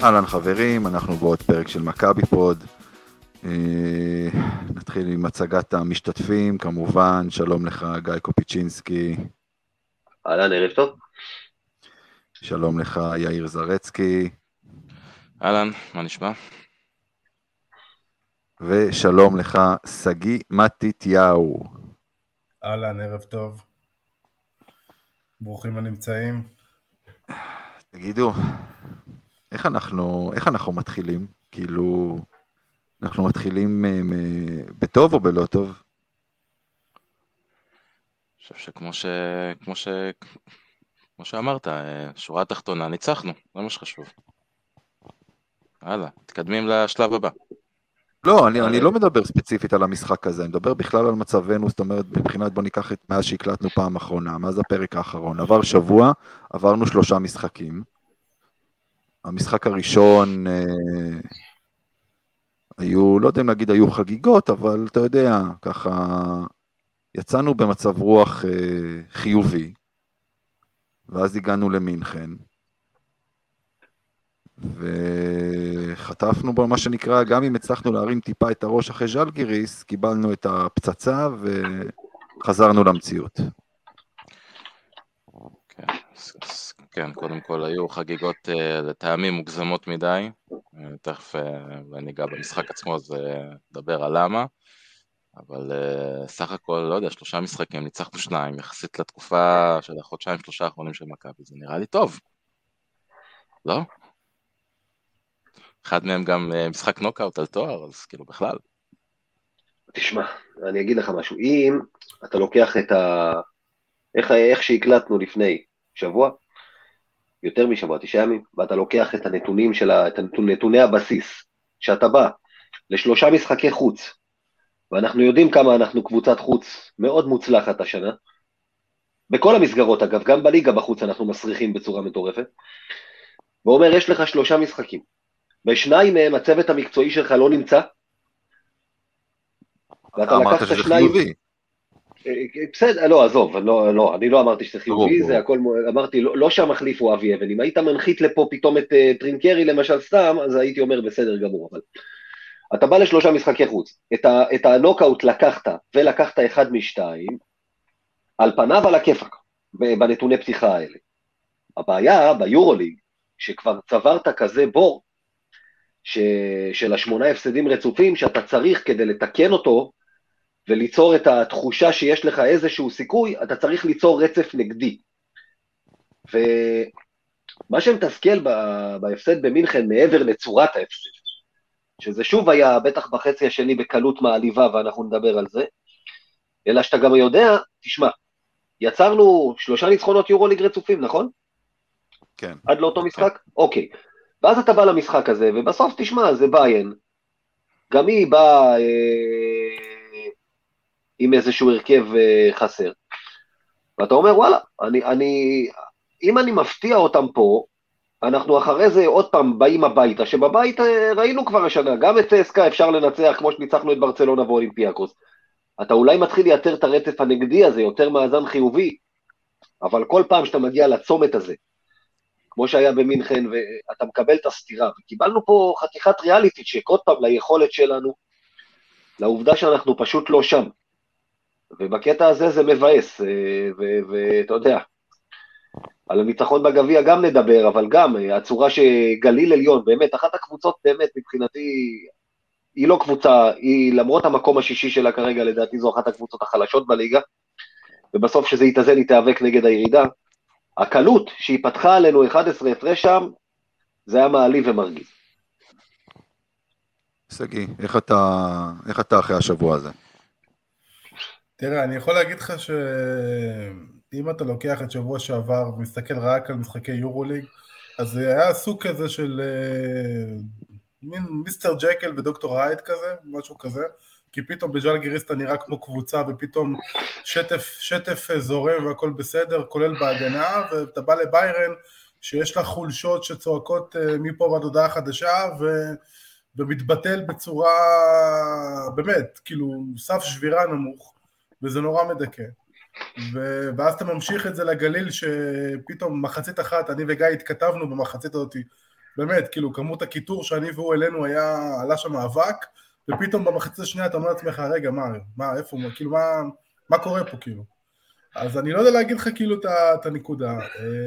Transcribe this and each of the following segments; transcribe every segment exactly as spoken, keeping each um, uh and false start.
אהלן חברים, אנחנו בעוד פרק של מכבי פוד. אה, נתחיל עם הצגת המשתתפים, כמובן, שלום לך גיא קופיצ'ינסקי. אהלן, ערב טוב. שלום לך יאיר זרצקי. אהלן, מה נשמע? ושלום לך סגי מתתיהו. אהלן, ערב טוב. ברוכים הנמצאים. תגידו, איך אנחנו, איך אנחנו מתחילים? כאילו, אנחנו מתחילים מ- מ- בטוב או בלא טוב? אני חושב שכמו ש... כמו ש... כמו שאמרת, אה, שורה התחתונה, ניצחנו, זה מה שחשוב. הלאה, מתקדמים לשלב הבא. לא, אני, אני לא מדבר ספציפית על המשחק הזה, אני מדבר בכלל על מצבנו, זאת אומרת, מבחינת בוא ניקח את מאז שהקלטנו פעם אחרונה, מאז הפרק האחרון, עבר שבוע, עברנו שלושה משחקים. המשחק הראשון, אה, היו, לא יודע אם להגיד היו חגיגות, אבל אתה יודע, ככה, יצאנו במצב רוח אה, חיובי, ואז הגענו למינכן, וחטפנו בו מה שנקרא, גם אם הצלחנו להרים טיפה את הראש אחרי ז'לגיריס, קיבלנו את הפצצה וחזרנו למציאות. כן, אז, כן, קודם כל היו חגיגות uh, לטעמים מוגזמות מדי, uh, תכף uh, ניגע במשחק עצמו, אז uh, נדבר על למה, אבל uh, סך הכל, לא יודע, שלושה משחקים, ניצחנו שניים, יחסית לתקופה של החודשיים, שלושה האחרונים של מכבי, זה נראה לי טוב, לא? אחד מהם גם uh, משחק נוקאוט על תואר, אז כאילו בכלל. תשמע, אני אגיד לך משהו. אם אתה לוקח את ה... איך, איך שהקלטנו לפני שבוע, יותר משבוע, תשעה ימים, ואתה לוקח את הנתונים של ה... את הנתון, נתוני הבסיס, שאתה בא לשלושה משחקי חוץ, ואנחנו יודעים כמה אנחנו קבוצת חוץ מאוד מוצלחת השנה, בכל המסגרות אגב, גם בליגה בחוץ אנחנו מסריחים בצורה מטורפת, ואומר יש לך שלושה משחקים, בשניים מהם הצוות המקצועי שלך לא נמצא, ואתה אמרת לקחת שזה שניים, חיובי. בסדר, לא, עזוב, לא, לא, אני לא אמרתי שזה חיובי, ברור, זה הכל, אמרתי, לא, לא שהמחליף הוא אבי אבן, אם היית מנחית לפה פתאום את uh, טרינקרי למשל סתם, אז הייתי אומר בסדר גמור, אבל אתה בא לשלושה משחקי חוץ, את, ה, את הנוקאוט לקחת, ולקחת אחד משתיים, על פניו על הכיפק, בנתוני פתיחה האלה. הבעיה ביורוליג, שכבר צברת כזה בור, ש, של השמונה הפסדים רצופים, שאתה צריך כדי לתקן אותו, וליצור את התחושה שיש לך איזשהו סיכוי, אתה צריך ליצור רצף נגדי. ומה שמתסכל בהפסד במינכן מעבר לצורת ההפסד, שזה שוב היה בטח בחצי השני בקלות מעליבה, ואנחנו נדבר על זה, אלא שאתה גם יודע, תשמע, יצרנו שלושה ניצחונות יורוליג רצופים, נכון? כן. עד לאותו משחק? אוקיי. ואז אתה בא למשחק הזה, ובסוף תשמע, זה ביין, גם היא באה אה, עם איזשהו הרכב אה, חסר. ואתה אומר, וואלה, אני, אני, אם אני מפתיע אותם פה, אנחנו אחרי זה עוד פעם באים הביתה, שבבית ראינו כבר השנה, גם את סקה אפשר לנצח כמו שניצחנו את ברצלונה ואולימפיאקוס. אתה אולי מתחיל לייתר את הרצף הנגדי הזה, יותר מאזן חיובי, אבל כל פעם שאתה מגיע לצומת הזה, כמו שהיה במינכן, ואתה מקבל את הסתירה, וקיבלנו פה חתיכת ריאליטי, שעוד פעם ליכולת שלנו, לעובדה שאנחנו פשוט לא שם. ובקטע הזה זה מבאס, ואתה יודע, על הניצחון בגביע גם נדבר, אבל גם הצורה שגליל עליון, באמת, אחת הקבוצות באמת מבחינתי, היא לא קבוצה, היא למרות המקום השישי שלה כרגע, לדעתי זו אחת הקבוצות החלשות בליגה, ובסוף שזה יתאזן היא תיאבק נגד הירידה, הקלות שהיא פתחה עלינו אחד עשר הפרש שם, זה היה מעליב ומרגיז. סגי, איך אתה, איך אתה אחרי השבוע הזה? תראה, אני יכול להגיד לך שאם אתה לוקח את שבוע שעבר ומסתכל רק על משחקי יורוליג, אז זה היה סוג כזה של מין מיסטר ג'קל ודוקטור הייד כזה, משהו כזה, כי פתאום בז'לגיריס אתה נראה כמו קבוצה, ופתאום שטף, שטף זורם והכל בסדר, כולל בהגנה, ואתה בא לביירן שיש לה חולשות שצועקות מפה ועד הודעה חדשה, ו... ומתבטל בצורה, באמת, כאילו, סף שבירה נמוך, וזה נורא מדכא. ו... ואז אתה ממשיך את זה לגליל, שפתאום מחצית אחת, אני וגיא התכתבנו במחצית הזאת, באמת, כאילו, כמות הכיתור שאני והוא אלינו היה, עלה שם מאבק, ופתאום במחצית השנייה אתה אומר לעצמך, רגע, מה, מה, איפה, כאילו, מה, מה קורה פה, כאילו? אז אני לא יודע להגיד לך, כאילו, את הנקודה.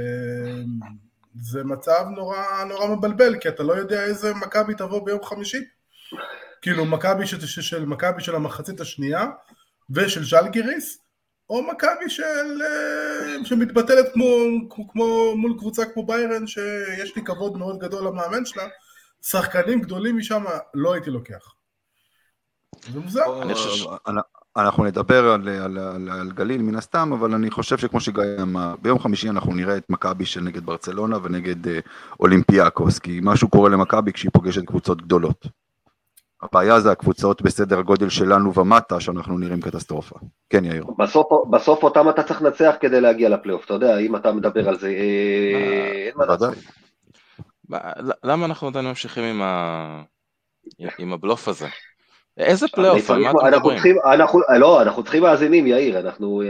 זה מצב נורא, נורא מבלבל, כי אתה לא יודע איזה מכבי תבוא ביום חמישי. כאילו, מכבי של, של, מכבי של המחצית השנייה, ושל ז'לגיריס, או מכבי של, שמתבטלת כמו, כמו, מול קבוצה כמו ביירן, שיש לי כבוד מאוד גדול למאמן שלה, שחקנים גדולים משם לא הייתי לוקח. זה מוזר. אני חושב... אנחנו נדבר על, על, על, על גליל מן הסתם, אבל אני חושב שכמו שגיא אמר, ביום חמישי אנחנו נראה את מכבי של נגד ברצלונה ונגד אה, אולימפיאקוס, כי משהו קורה למכבי כשהיא פוגשת קבוצות גדולות. הבעיה זה הקבוצות בסדר הגודל שלנו ומטה, שאנחנו נראים קטסטרופה. כן, יאיר. בסוף, בסוף אותם אתה צריך לנצח כדי להגיע לפלייאוף, אתה יודע, אם אתה מדבר על זה, אין מה לעשות. למה אנחנו עדיין ממשיכים עם, ה... עם הבלוף הזה? איזה פלייאוף? על מה אתם מדברים? לא, אנחנו צריכים מאזינים, יאיר, אנחנו,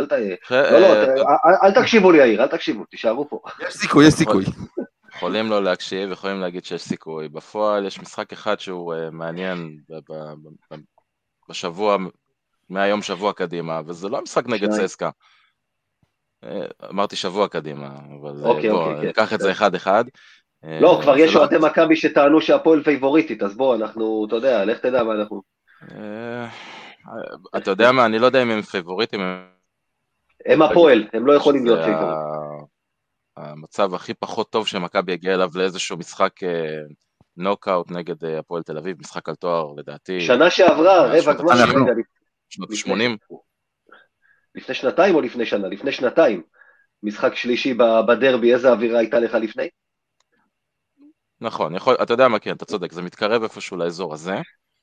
אל תקשיבו לי, יאיר, אל תקשיבו, תישארו פה. יש סיכוי, יש סיכוי. יכולים לא להקשיב, יכולים להגיד שיש סיכוי. בפועל יש משחק אחד שהוא מעניין בשבוע, מהיום שבוע קדימה, וזה לא משחק נגד ססקה. אמרתי שבוע קדימה, אבל בואו, ניקח את זה אחד אחד. לא, כבר יש אוהדי מכבי שטענו שהפועל פייבוריטית, אז בוא, אנחנו, אתה יודע, לך תדע מה אנחנו. אתה יודע מה, אני לא יודע אם הם פייבוריטים. הם הפועל, הם לא יכולים להיות פייבוריטים. המצב הכי פחות טוב שמכבי יגיע אליו לאיזשהו משחק נוקאוט נגד הפועל תל אביב, משחק על תואר לדעתי. שנה שעברה, רבע גמר. שנות שמונים. לפני שנתיים או לפני שנה? לפני שנתיים. משחק שלישי בדרבי, איזה אווירה הייתה לך לפני? נכון, יכול, אתה יודע מה, כן, אתה צודק, זה מתקרב איפשהו לאזור הזה,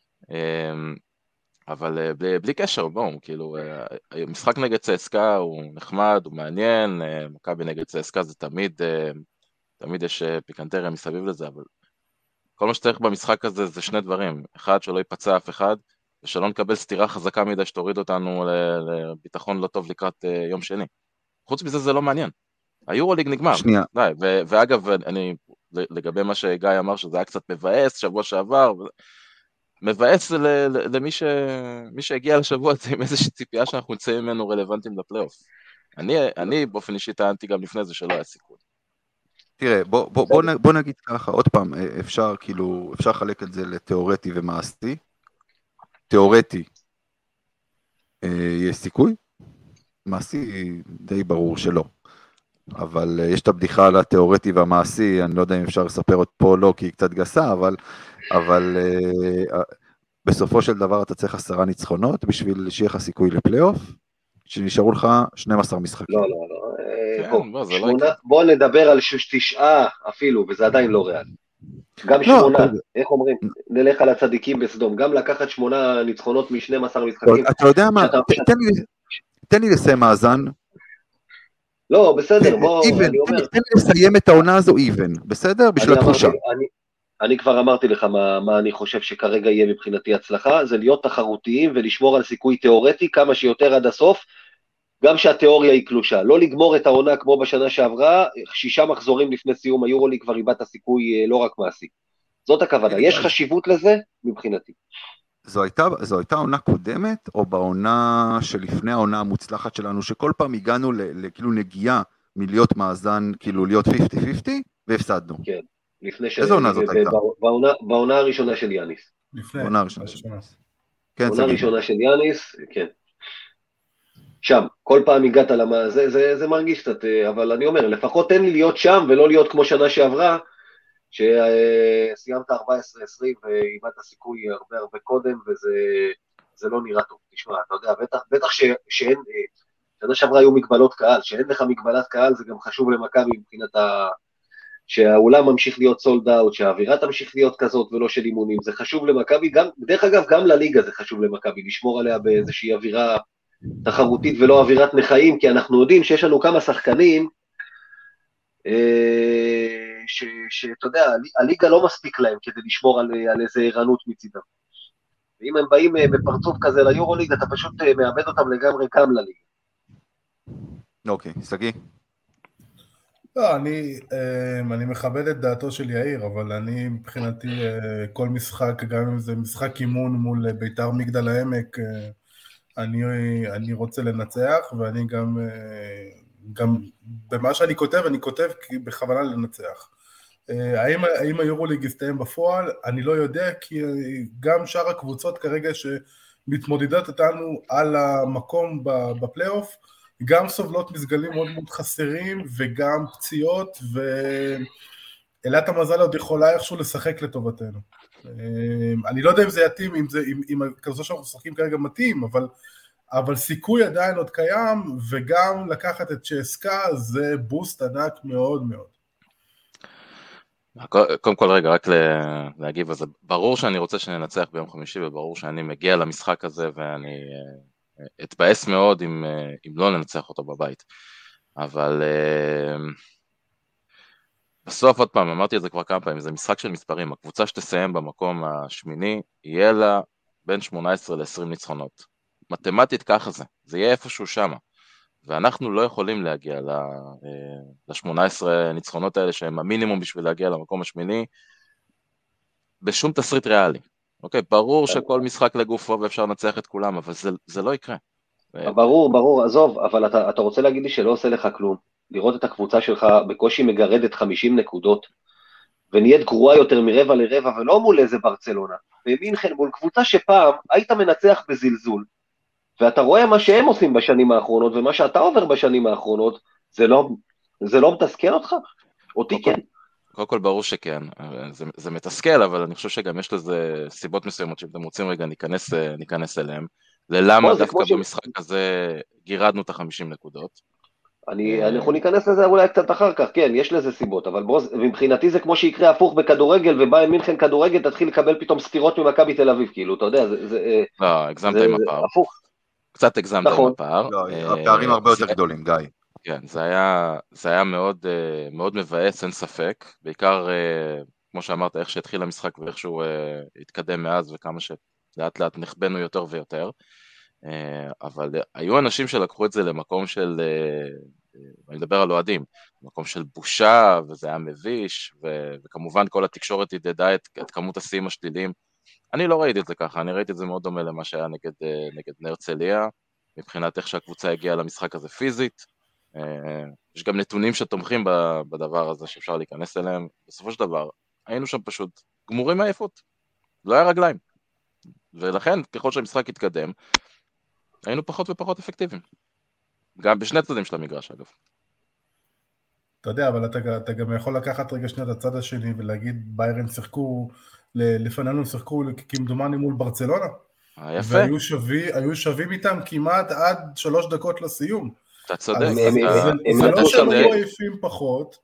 אבל בלי, בלי קשר, בואו, כאילו, משחק נגד צסקה הוא נחמד, הוא מעניין, מכבי נגד צסקה זה תמיד, תמיד יש פיקנטריה מסביב לזה, אבל כל מה שצריך במשחק הזה זה שני דברים, אחד, שלא ייפצע אף אחד, ושלא נקבל סתירה חזקה מדי שתוריד אותנו לביטחון לא טוב לקראת יום שני. חוץ מזה זה לא מעניין. היורוליג נגמר. שנייה. די, ו- ואגב, אני, לגבי מה שגיא אמר, שזה היה קצת מבאס, שבוע שעבר, מבאס ל- ל- למי ש- מי שהגיע לשבוע הזה עם איזושהי ציפייה שאנחנו נצאים ממנו רלוונטיים לפלייאוף. אני, אני באופן אישי טענתי גם לפני זה שלא היה סיכוי. תראה, בוא, בוא, בוא, בוא נגיד ככה, עוד פעם, אפשר כאילו, אפשר לחלק את זה לתיאורטי ומעשי. תיאורטי, יש סיכוי? מעשי די ברור שלא. אבל יש את הבדיחה על התיאורטי והמעשי, אני לא יודע אם אפשר לספר עוד פה לא, כי היא קצת גסה, אבל, אבל בסופו של דבר אתה צריך עשרה ניצחונות, בשביל שיהיה לך סיכוי לפלייאוף, שנשארו לך שנים עשר משחקים. לא, לא, לא. בוא נדבר על תשעה אפילו, וזה עדיין לא ריאלי. גם שמונה, איך אומרים, נלך על הצדיקים בסדום, גם לקחת שמונה ניצחונות מ-שנים עשר משחקים. אתה יודע מה, תן לי לסיים מאזן. לא, בסדר, בוא, אני אומר. תן לי לסיים את העונה הזו איבן, בסדר? בשביל התחושה. אני כבר אמרתי לך מה אני חושב שכרגע יהיה מבחינתי הצלחה, זה להיות תחרותיים ולשמור על סיכוי תיאורטי כמה שיותר עד הסוף, גם שהתיאוריה היא קלושה, לא לגמור את העונה כמו בשנה שעברה, שישה מחזורים לפני סיום היורוליג כבר איבדת הסיכוי לא רק מעשי. זאת הכוונה, יש חשיבות לזה מבחינתי. זו הייתה, זו הייתה עונה קודמת, או בעונה שלפני העונה המוצלחת שלנו, שכל פעם הגענו לכאילו נגיעה מלהיות מאזן, כאילו להיות חמישים חמישים, והפסדנו. כן, לפני ש... איזו עונה זאת הייתה? בעונה, בעונה הראשונה של יאניס. לפני. בעונה הראשונה של יאניס. בעונה הראשונה של יאניס, כן. שם, כל פעם הגעת למה, זה, זה, זה מרגיש קצת, אבל אני אומר, לפחות תן לי להיות שם, ולא להיות כמו שנה שעברה, שסיימת ארבע עשרה עשרים, ואיבדת סיכוי הרבה הרבה קודם, וזה לא נראה טוב, תשמע, אתה יודע, בטח, בטח ש, שאין, שנה שעברה היו מגבלות קהל, שאין לך מגבלת קהל, זה גם חשוב למכבי מבחינת ה... שהאולם ממשיך להיות סולד אאוט, שהאווירה תמשיך להיות כזאת ולא של אימונים, זה חשוב למכבי, גם, דרך אגב, גם לליגה זה חשוב למכבי, לשמור עליה באיזושהי אווירה תחרותית ולא אווירת נחיים, כי אנחנו יודעים שיש לנו כמה שחקנים, שאתה יודע, הליגה לא מספיק להם כדי לשמור על, על איזה ערנות מצידם. ואם הם באים בפרצוף כזה ליורוליג, אתה פשוט מאבד אותם לגמרי גם לליגה. אוקיי, סגי. לא, אני, אני מכבד את דעתו של יאיר, אבל אני מבחינתי כל משחק, גם אם זה משחק אימון מול ביתר מגדל העמק, אני, אני רוצה לנצח, ואני גם, גם במה שאני כותב, אני כותב בכוונה לנצח. האם, האם היורוליג יסתיים בפועל? אני לא יודע, כי גם שאר הקבוצות כרגע שמתמודדות איתנו על המקום בפלייאוף, גם סובלות מסגלים מאוד מאוד חסרים, וגם פציעות, ואלת המזל עוד יכולה איכשהו לשחק לטובתנו. אני לא יודע אם זה יתאים, אם, זה, אם, אם כזו שאנחנו משחקים כרגע מתאים, אבל, אבל סיכוי עדיין עוד קיים, וגם לקחת את צ'סקה זה בוסט ענק מאוד מאוד. קודם כל רגע, רק להגיב, אז ברור שאני רוצה שננצח ביום חמישי, וברור שאני מגיע למשחק הזה, ואני אתבאס מאוד אם, אם לא ננצח אותו בבית. אבל בסוף עוד פעם, אמרתי את זה כבר כמה פעמים, זה משחק של מספרים, הקבוצה שתסיים במקום השמיני, יהיה לה בין שמונה עשרה ל-עשרים ניצחונות. מתמטית ככה זה, זה יהיה איפשהו שמה. ואנחנו לא יכולים להגיע ל-שמונה עשרה ניצחונות האלה, שהם המינימום בשביל להגיע למקום השמיני, בשום תסריט ריאלי. אוקיי, ברור שכל משחק לגופו ואפשר לנצח את כולם, אבל זה, זה לא יקרה. ברור, ברור, עזוב, אבל אתה, אתה רוצה להגיד לי שלא עושה לך כלום, לראות את הקבוצה שלך בקושי מגרדת חמישים נקודות, ונהיית גרועה יותר מרבע לרבע, ולא מול איזה ברצלונה, ומינכן מול קבוצה שפעם היית מנצח בזלזול, ואתה רואה מה שהם עושים בשנים האחרונות, ומה שאתה עובר בשנים האחרונות, זה לא, זה לא מתסכל אותך? אותי כן. קודם כל ברור שכן, זה, זה מתסכל, אבל אני חושב שגם יש לזה סיבות מסוימות, שאם אתם רוצים רגע ניכנס, ניכנס אליהם, ללמה דווקא במשחק הזה גירדנו את ה-חמישים נקודות. אני, אנחנו ניכנס לזה אולי קצת אחר כך, כן, יש לזה סיבות, אבל בוא, מבחינתי זה כמו שיקרה הפוך בכדורגל, ובאיירן מינכן כדורגל תתחיל לקבל פתאום סתירות ממכבי תל אביב, כאילו, אתה יודע, זה, זה, לא, הגזמת עם הפער. הפוך. קצת הגזמת עם הפער. לא, הפערים הרבה יותר גדולים, גיא. כן, זה היה, זה היה מאוד, מאוד מבאס, אין ספק, בעיקר, כמו שאמרת, איך שהתחיל המשחק ואיך שהוא התקדם מאז, וכמה שלאט לאט נחבנו יותר ויותר, אבל היו אנשים שלקחו את זה למקום של, אני מדבר על אוהדים, מקום של בושה, וזה היה מביש, וכמובן כל התקשורת ידדה את, את כמות השיאים השליליים. אני לא ראיתי את זה ככה, אני ראיתי את זה מאוד דומה למה שהיה נגד, נגד הרצליה, מבחינת איך שהקבוצה הגיעה למשחק הזה פיזית, יש גם נתונים שתומכים בדבר הזה שאפשר להיכנס אליהם, בסופו של דבר היינו שם פשוט גמורים מעייפות, לא היה רגליים, ולכן ככל שהמשחק התקדם, היינו פחות ופחות אפקטיביים, גם בשני צדדים של המגרש אגב. אתה יודע, אבל אתה, אתה גם יכול לקחת רגע שנייה את הצד השני ולהגיד ביירן שיחקו, לפנינו שיחקו כמדומני מול ברצלונה, יפה. והיו שווים, היו שווים איתם כמעט עד שלוש דקות לסיום. אתה צודק. זה לא שהם היו עייפים פחות.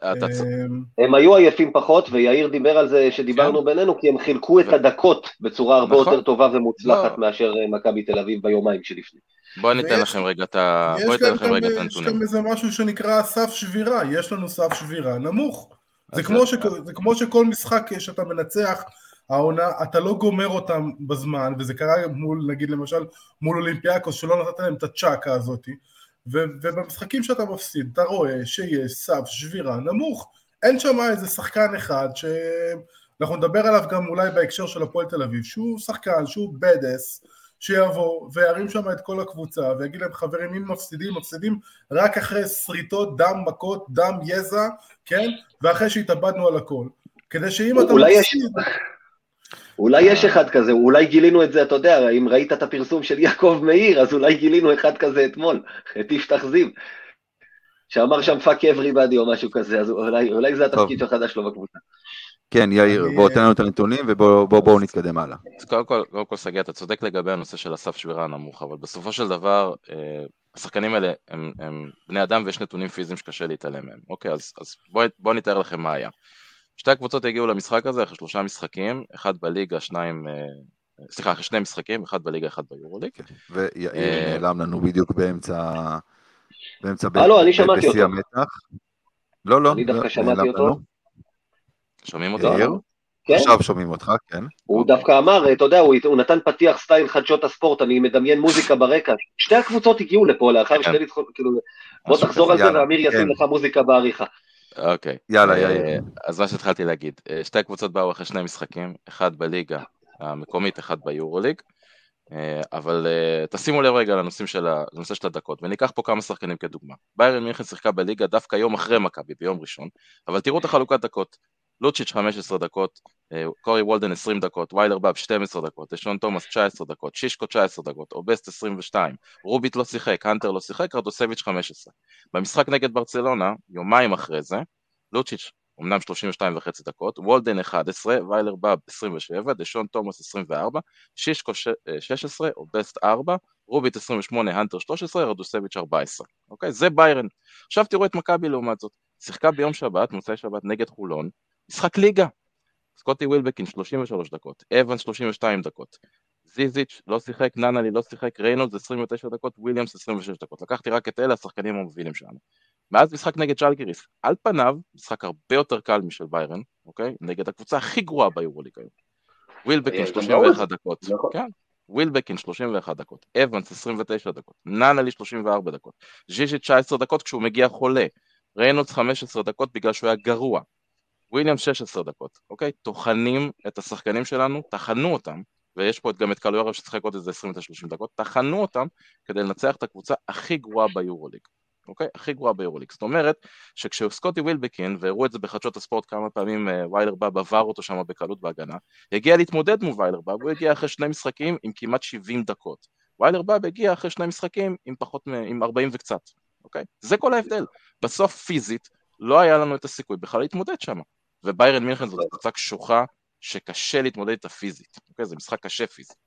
הם היו עייפים פחות, ויאיר דיבר על זה שדיברנו בינינו, כי הם חילקו את הדקות בצורה הרבה יותר טובה ומוצלחת מאשר מכבי תל אביב ביומיים שלפני. בואו ניתן לכם רגע את הנתונים. יש גם איזה משהו שנקרא סף שבירה, יש לנו סף שבירה נמוך. זה כמו שכל משחק שאתה מנצח, העונה, אתה לא גומר אותם בזמן, וזה קרה מול, נגיד למשל, מול אולימפיאקוס, שלא נתת להם את הצ'אקה הזאת, ובמשחקים שאתה מפסיד, אתה רואה שיש סף שבירה נמוך, אין שם איזה שחקן אחד, שאנחנו נדבר עליו גם אולי בהקשר של הפועל תל אביב, שהוא שחקן, שהוא בדס, שיבוא וירים שם את כל הקבוצה, ויגיד להם חברים, אם מפסידים, מפסידים רק אחרי שריטות, דם, מכות, דם, יזע, כן? ואחרי שהתאבדנו על הכל. כדי שאם אתה מפסיד... אולי יש אחד כזה, אולי גילינו את זה, אתה יודע, אם ראית את הפרסום של יעקב מאיר, אז אולי גילינו אחד כזה אתמול, את יפתח זיו, שאמר שם פאק everybody או משהו כזה, אז אולי, אולי זה התפקיד החדש שלו בקבוצה. כן, יאיר, בואו תן לנו את הנתונים ובואו נתקדם הלאה. קודם כל, קודם כל סגי, אתה צודק לגבי הנושא של הסף שבירה הנמוך, אבל בסופו של דבר, השחקנים האלה הם, הם בני אדם ויש נתונים פיזיים שקשה להתעלם מהם. אוקיי, אז, אז בואו בוא נתאר לכם מה היה. שתי הקבוצות הגיעו למשחק הזה אחרי שלושה משחקים, אחד בליגה, שניים, סליחה, אחרי שני משחקים, אחד בליגה, אחד ביורוליג. ויאיר נעלם לנו בדיוק באמצע, באמצע בשיא המתח. לא, לא, אני דווקא שמעתי אותו. שומעים אותו? עכשיו שומעים אותך, כן. הוא דווקא אמר, אתה יודע, הוא נתן פתיח סטייל חדשות הספורט, אני מדמיין מוזיקה ברקע. שתי הקבוצות הגיעו לפה לאחר שתי ניצחונות, כאילו, בוא תחזור על זה ואמיר ישים לך מוזיקה בעריכה. אוקיי. יאללה, יאיר. אז מה שהתחלתי להגיד, שתי הקבוצות באו אחרי שני משחקים, אחד בליגה המקומית, אחד ביורוליג, אבל תשימו לב רגע לנושאים של ה... לנושא של הדקות, וניקח פה כמה שחקנים כדוגמה. ביירן מינכן שיחקה בליגה דווקא יום אחרי מכבי, ביום ראשון, אבל תראו את החלוקת דקות, לוצ'יץ' חמש עשרה דקות, קורי וולדן עשרים דקות, ויילר באב שתים עשרה דקות, דשון תומאס תשע עשרה דקות, שישקו תשע עשרה דקות, אובסט עשרים ושתיים, רוביט לא שיחק, הנטר לא שיחק, רדוסביץ' חמש עשרה. במשחק נגד ברצלונה, יומיים אחרי זה, לוצ'יץ' אמנם שלושים ושתיים וחצי דקות, וולדן אחת עשרה, ויילר באב עשרים ושבע, דשון תומאס עשרים וארבע, שישקו שש עשרה, אובסט ארבע, רוביט עשרים ושמונה, הנטר שלוש עשרה, רדוסביץ' ארבע עשרה. אוקיי? זה ביירן. עכשיו תראו את מכבי לעומת זאת. שיחקה ביום שבת, מוצאי שבת נגד חולון, משחק ליגה. סקוטי ווילבקין שלושים ושלוש דקות, אבנס שלושים ושתיים דקות, זיזיץ' לא שיחק, ננלי לא שיחק, ריינולדס עשרים ותשע דקות, וויליאמס עשרים ושש דקות. לקחתי רק את אלה השחקנים המובילים שלנו. מאז משחק נגד ז'לגיריס, על פניו, משחק הרבה יותר קל משל ביירן, אוקיי? נגד הקבוצה הכי גרועה ביורוליג היום. ווילבקין שלושים ואחת דקות, כן? ווילבקין שלושים ואחת דקות, אבנס עשרים ותשע דקות, ננלי שלושים וארבע דקות, ז'יז'יץ' תשע עשרה דקות כשהוא מגיע חולה, ריינולדס חמש עשרה דקות בגלל שהוא היה גרוע, וויליאם שש עשרה דקות, אוקיי? תוכנים את השחקנים שלנו, תחנו אותם, ויש פה גם את קלויארו שצחק עוד איזה עשרים שלושים דקות, תחנו אותם כדי לנצח את הקבוצה הכי גרועה ביורוליג, אוקיי? הכי גרועה ביורוליג. זאת אומרת, שכשסקוטי ווילבקין, והראו את זה בחדשות הספורט כמה פעמים, ויילר בא בעבר אותו שם בקלות בהגנה, הגיע להתמודד מול ויילר בא, והוא הגיע אחרי שני משחקים עם כמעט שבעים דקות. ויילר בא הגיע אחרי שני משחקים עם פחות, עם ארבעים וקצת, אוקיי? זה כל ההבדל. בסוף פיזית, לא היה לנו את הסיכוי בכלל להתמודד שם. וביירן מינכן זאת קבוצה קשוחה שקשה להתמודד איתה פיזית. אוקיי, זה משחק קשה פיזית.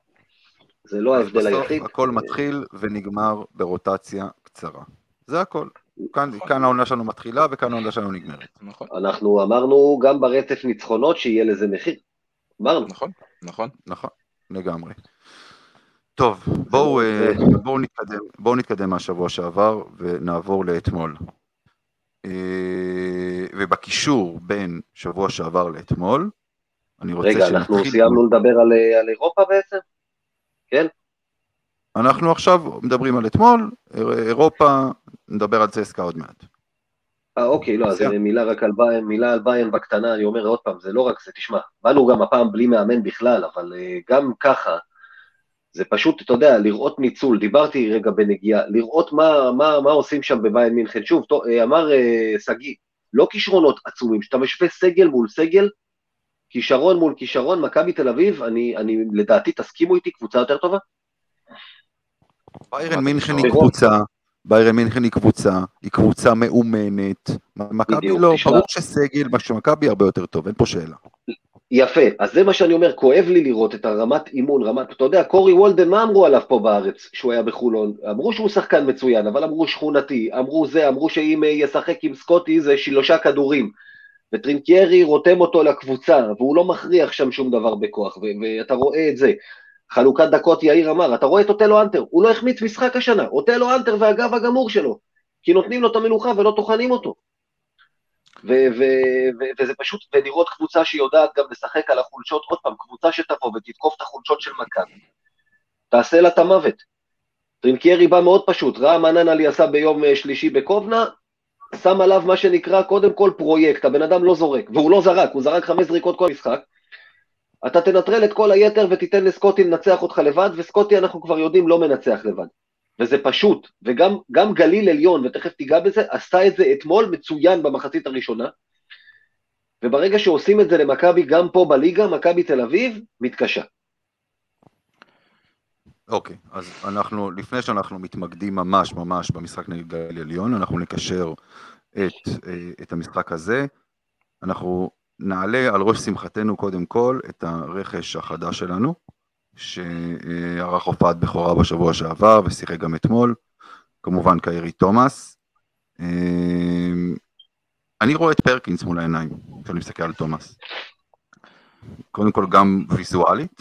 זה לא ההבדל היחיד. בסוף הכל מתחיל ונגמר ברוטציה קצרה. זה הכל. כאן, כאן העונה שלנו מתחילה וכאן העונה שלנו נגמרת. נכון. אנחנו אמרנו גם ברצף ניצחונות שיהיה לזה מחיר. אמרנו. נכון, נכון. נכון, לגמרי. טוב, בואו, בואו נתקדם, בואו נתקדם מהשבוע שעבר ונעבור לאתמול. ובקישור בין שבוע שעבר לאתמול, אני רוצה רגע, שנתחיל... אנחנו סיימנו לדבר על, על אירופה בעצם? כן? אנחנו עכשיו מדברים על אתמול, אירופה, נדבר על צסקה עוד מעט. אה, אוקיי, לא, אז מילה רק על ביין, מילה על ביין בקטנה, אני אומר עוד פעם, זה לא רק זה, תשמע, באנו גם הפעם בלי מאמן בכלל, אבל גם ככה, זה פשוט, אתה יודע, לראות ניצול, דיברתי רגע בנגיעה, לראות מה, מה, מה עושים שם בביין מינכן, שוב, טוב, אמר סגי, לא כישרונות עצומים, שאתה משווה סגל מול סגל, כישרון מול כישרון, מכבי תל אביב, אני, אני לדעתי, תסכימו איתי, קבוצה יותר טובה? ביירן מינכן היא קבוצה, ביירן מינכן היא קבוצה, היא קבוצה מאומנת, מכבי לא, ברור שסגל, מה שמכבי הרבה יותר טוב, אין פה שאלה. יפה, אז זה מה שאני אומר, כואב לי לראות את הרמת אימון, רמת, אתה יודע, קורי וולדן, מה אמרו עליו פה בארץ, שהוא היה בחולון? אמרו שהוא שחקן מצוין, אבל אמרו שכונתי, אמרו זה, אמרו שאם ישחק עם סקוטי זה שלושה כדורים, וטרינקיירי רותם אותו לקבוצה, והוא לא מכריח שם שום דבר בכוח, ו- ואתה רואה את זה, חלוקת דקות יאיר אמר, אתה רואה את אוטלו אנטר, הוא לא החמיץ משחק השנה, אוטלו אנטר והגב הגמור שלו, כי נותנים לו את המנוחה ולא תוכנים אותו. ו- ו- ו- וזה פשוט, ולראות קבוצה שיודעת גם לשחק על החולשות, עוד פעם, קבוצה שתבוא ותתקוף את החולשות של מכבי, תעשה לה את המוות. טרינקיירי בא מאוד פשוט, ראה מה ננלי עשה ביום שלישי בקובנה, שם עליו מה שנקרא קודם כל פרויקט, הבן אדם לא זורק, והוא לא זרק, הוא זרק חמש זריקות כל משחק, אתה תנטרל את כל היתר ותיתן לסקוטי לנצח אותך לבד, וסקוטי אנחנו כבר יודעים לא מנצח לבד. וזה פשוט, וגם גם גליל עליון, ותכף תיגע בזה, עשתה את זה אתמול מצוין במחצית הראשונה, וברגע שעושים את זה למכבי גם פה בליגה, מכבי תל אביב, מתקשה. אוקיי, אז אנחנו, לפני שאנחנו מתמקדים ממש ממש במשחק נגד גליל עליון, אנחנו נקשר את, את המשחק הזה, אנחנו נעלה על ראש שמחתנו קודם כל את הרכש החדש שלנו, שערך הופעת בכורה בשבוע שעבר ושיחק גם אתמול, כמובן קיירי תומאס. אני רואה את פרקינס מול העיניים, כשאני מסתכל על תומאס. קודם כל גם ויזואלית,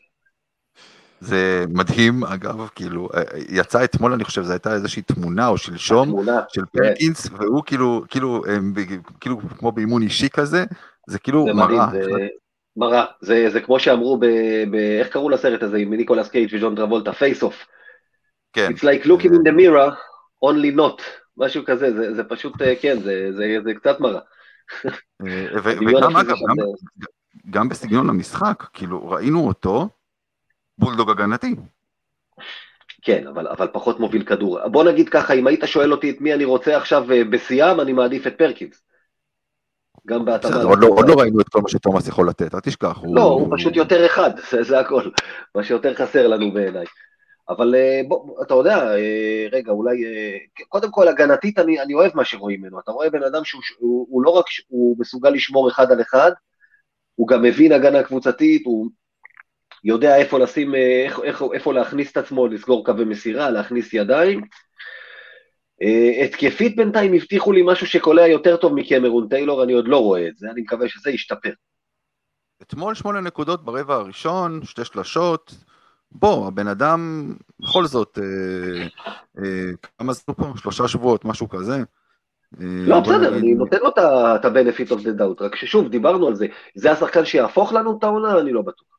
זה מדהים, אגב, כאילו, יצא אתמול, אני חושב, זו הייתה איזושהי תמונה או שלשום של פרקינס, והוא כאילו, כאילו, כאילו, כמו באימון אישי כזה, זה כאילו מראה. מראה, זה, זה כמו שאמרו, ב, ב, איך קראו לסרט הזה, עם ניקולס קייג' וג'ון טרבולטה, Face Off. כן. It's like looking in the mirror, only not. משהו כזה, זה, זה פשוט, כן, זה, זה, זה קצת מראה. וגם אגב, גם, גם בסגנון המשחק, כאילו ראינו אותו בולדוג הגנתי. כן, אבל, אבל פחות מוביל כדור. בוא נגיד ככה, אם היית שואל אותי את מי אני רוצה עכשיו בסיום, אני מעדיף את פרקינס. גם בהתאמה. עוד, לא, עוד לא ראינו את כל מה שתומאס יכול לתת, אל תשכח. לא, הוא, הוא פשוט יותר אחד, זה, זה הכל. מה שיותר חסר לנו בעיניי. אבל בוא, אתה יודע, רגע, אולי, קודם כל הגנתית אני, אני אוהב מה שרואים ממנו. אתה רואה בן אדם שהוא הוא, הוא לא רק הוא מסוגל לשמור אחד על אחד, הוא גם מבין הגנה קבוצתית, הוא יודע איפה לשים, איפה, איפה, איפה להכניס את עצמו, לסגור קווי מסירה, להכניס ידיים. התקפית בינתיים הבטיחו לי משהו שקולע יותר טוב מקמרון טיילור, אני עוד לא רואה את זה, אני מקווה שזה ישתפר. אתמול שמונה נקודות ברבע הראשון, שתי שלשות, בוא, הבן אדם, בכל זאת, אה, אה, כמה זו פה? שלושה שבועות, משהו כזה. לא, בסדר, אני נותן לו את ה-benefit of the doubt, רק ששוב, דיברנו על זה, זה השחקן שיהפוך לנו את העונה, אני לא בטוח.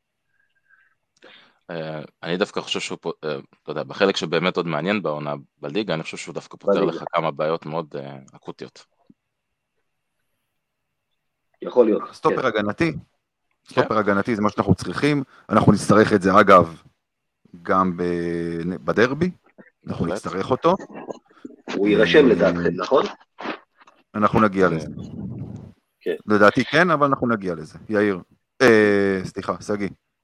אני דווקא חושב שהוא, אתה יודע, בחלק שבאמת עוד מעניין בעונה בליגה, אני חושב שהוא דווקא פותר לך כמה בעיות מאוד אקוטיות. יכול להיות. סטופר הגנתי, סטופר הגנתי זה מה שאנחנו צריכים, אנחנו נצטרך את זה אגב, גם בדרבי, אנחנו נצטרך אותו. הוא יירשם לדעתכם, נכון? אנחנו נגיע לזה. לדעתי כן, אבל אנחנו נגיע לזה. יאיר, סליחה, סגי.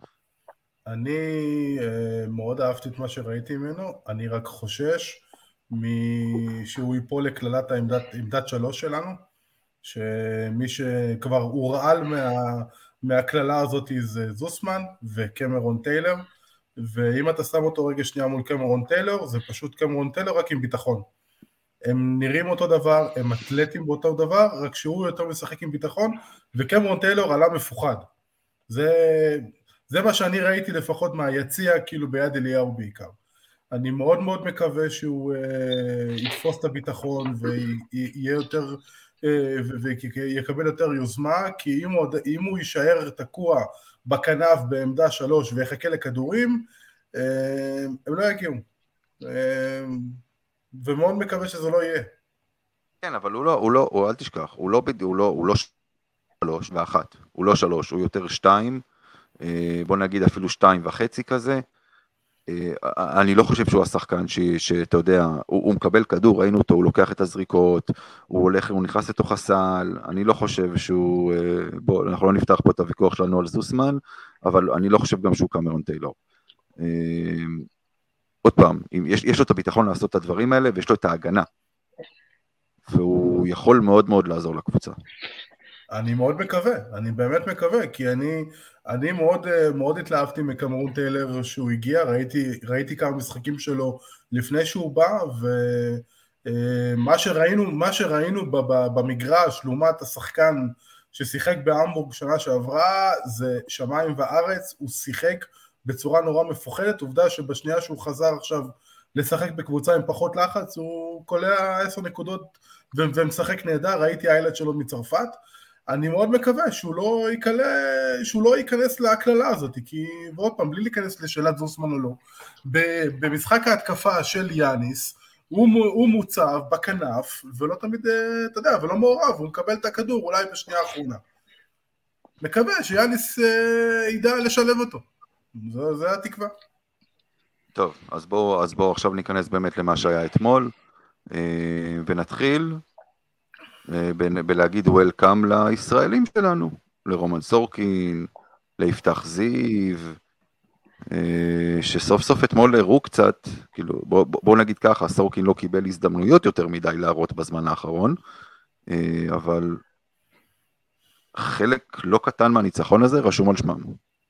אני uh, מאוד אהבתי את מה שראיתי ממנו, אני רק חושש שהוא ייפול לכללת העמדת, עמדת שלוש שלנו, שמי שכבר הורעל מה, מהכללה הזאת זה זוסמן וקמרון טיילר, ואם אתה שם אותו רגע שנייה מול קמרון טיילר, זה פשוט קמרון טיילר רק עם ביטחון. הם נראים אותו דבר, הם אתלטים באותו דבר, רק שהוא יותר משחק עם ביטחון, וקמרון טיילר עלה מפוחד. זה... זה מה שאני ראיתי לפחות מהיציע, כאילו ביד אליהו בעיקר. אני מאוד מאוד מקווה שהוא אה, יתפוס את הביטחון ויהיה יותר, אה, ויקבל יותר יוזמה, כי אם הוא, אם הוא יישאר תקוע בכנף בעמדה שלוש ויחכה לכדורים, אה, הם לא יגיעו. אה, ומאוד מקווה שזה לא יהיה. כן, אבל הוא לא, הוא לא, הוא, אל תשכח, הוא לא, הוא לא, הוא לא שלוש ואחת, הוא לא שלוש, הוא יותר שתיים, בוא נגיד אפילו שתיים וחצי כזה. אני לא חושב שהוא השחקן שאתה יודע, הוא, הוא מקבל כדור, ראינו אותו, הוא לוקח את הזריקות, הוא הולך, הוא נכנס לתוך הסל, אני לא חושב שהוא, בוא, אנחנו לא נפתח פה את הוויכוח שלנו על זוסמן, אבל אני לא חושב גם שהוא קמרון טיילור. עוד פעם, יש, יש לו את הביטחון לעשות את הדברים האלה, ויש לו את ההגנה, והוא יכול מאוד מאוד לעזור לקבוצה. אני מאוד מקווה, אני באמת מקווה, כי אני, אני מאוד, מאוד התלהבתי מקמרון טיילר שהוא הגיע, ראיתי, ראיתי כמה משחקים שלו לפני שהוא בא, ומה שראינו, מה שראינו במגרש, לעומת השחקן ששיחק בהמבורג שנה שעברה, זה שמיים וארץ, הוא שיחק בצורה נורא מפוחדת, עובדה שבשנייה שהוא חזר עכשיו לשחק בקבוצה עם פחות לחץ, הוא קולע עשר נקודות ומשחק נהדר, ראיתי הילד שלו מצרפת, אני מאוד מקווה שהוא לא יקלה, שהוא לא ייכנס להקללה הזאת, כי ועוד פעם, בלי להיכנס לשאלת זוסמן או לא, במשחק ההתקפה של יאניס, הוא, הוא מוצב בכנף, ולא תמיד, אתה יודע, ולא מעורב, הוא מקבל את הכדור אולי בשנייה האחרונה. מקווה שיאניס אה, ידע לשלב אותו. זו, זה התקווה. טוב, אז בואו, אז בואו עכשיו ניכנס באמת למה שהיה אתמול, אה, ונתחיל ב- בלהגיד וולקאם לישראלים שלנו, לרומן סורקין, ליפתח זיו, שסוף סוף אתמול הראו קצת, כאילו, בוא, בוא נגיד ככה, סורקין לא קיבל הזדמנויות יותר מדי להראות בזמן האחרון, אבל חלק לא קטן מהניצחון הזה רשום על שמם.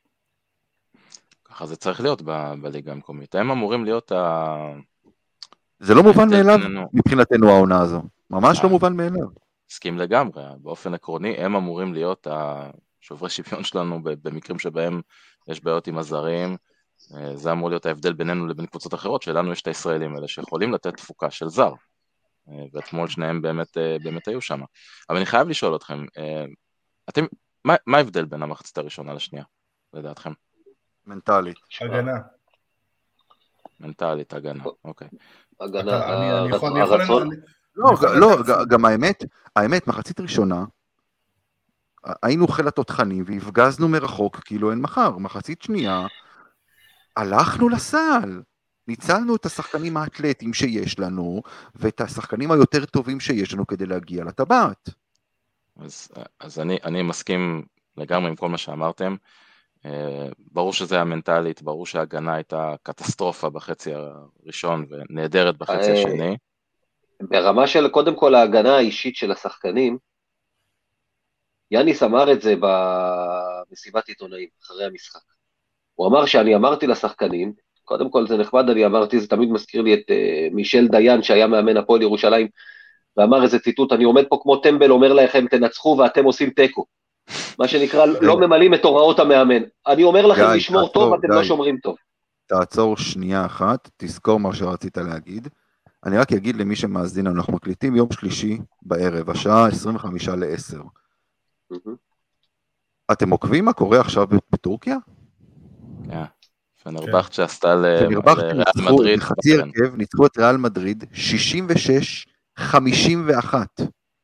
ככה זה צריך להיות ב- בליגה המקומית. הם אמורים להיות ה... זה לא מובן מאליו מבחינתנו העונה הזו, ממש לא מובן מאליו. הסכים לגמרי, באופן עקרוני הם אמורים להיות השוברי שוויון שלנו במקרים שבהם יש בעיות עם הזרים, זה אמור להיות ההבדל בינינו לבין קבוצות אחרות, שלנו יש את הישראלים האלה שיכולים לתת תפוקה של זר, ואתמול שניהם באמת, באמת היו שם. אבל אני חייב לשאול אתכם, אתם, מה, מה ההבדל בין המחצית הראשונה לשנייה, לדעתכם? מנטלית. הגנה. מנטלית, הגנה, אוקיי. הגנה, אני יכול לא, לא, גם האמת, האמת, מחצית ראשונה, היינו חיל התותחנים והפגזנו מרחוק כאילו אין מחר. מחצית שנייה, הלכנו לסל. ניצלנו את השחקנים האתלטיים שיש לנו, ואת השחקנים היותר טובים שיש לנו כדי להגיע לטבעת. אז, אז אני, אני מסכים לגמרי עם כל מה שאמרתם. ברור שזה המנטלית, ברור שההגנה הייתה קטסטרופה בחצי הראשון ונהדרת בחצי השני. ברמה של קודם כל ההגנה האישית של השחקנים, יאניס אמר את זה במסיבת עיתונאים אחרי המשחק. הוא אמר שאני אמרתי לשחקנים, קודם כל זה נחמד, אני אמרתי, זה תמיד מזכיר לי את uh, מישל דיין שהיה מאמן הפועל ירושלים, ואמר איזה ציטוט, אני עומד פה כמו טמבל, אומר לכם תנצחו ואתם עושים טקו. מה שנקרא, לא ממלאים את הוראות המאמן. אני אומר לכם לשמור טוב, אתם לא שומרים טוב. תעצור שנייה אחת, תזכור מה שרצית להגיד. אני רק אגיד למי שמאזין, אנחנו מקליטים יום שלישי בערב, השעה עשרים וחמש לעשר. אתם עוקבים מה קורה עכשיו בטורקיה? כן, פנרבכט שעשתה לריאל מדריד. חצי הרכב, ניצחו את ריאל מדריד, שישים ושש חמישים ואחת.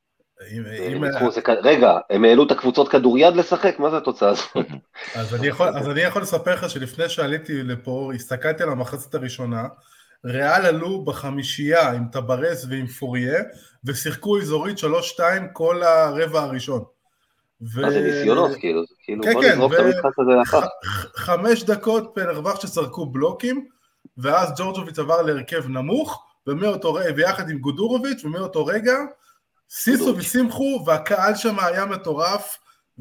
רגע, הם העלו את הקבוצות כדוריד לשחק, מה זה התוצאה הזאת? אז אני יכול לספר לך שלפני שעליתי לפה, הסתכלתי על המחצית הראשונה, ריאל עלו בחמישייה עם טברס ועם פוריה, ושיחקו אזורית שלוש שתיים כל הרבע הראשון. מה זה ניסיונות, כאילו? בוא נזרוק את המשחק הזה לאחר. חמש דקות פנרבכט שזרקו בלוקים, ואז ג'ורג'וביץ' עבר להרכב נמוך, ויחד עם גודורוביץ', ומאותו רגע, סיסו וסימחו, והקהל שם היה מטורף,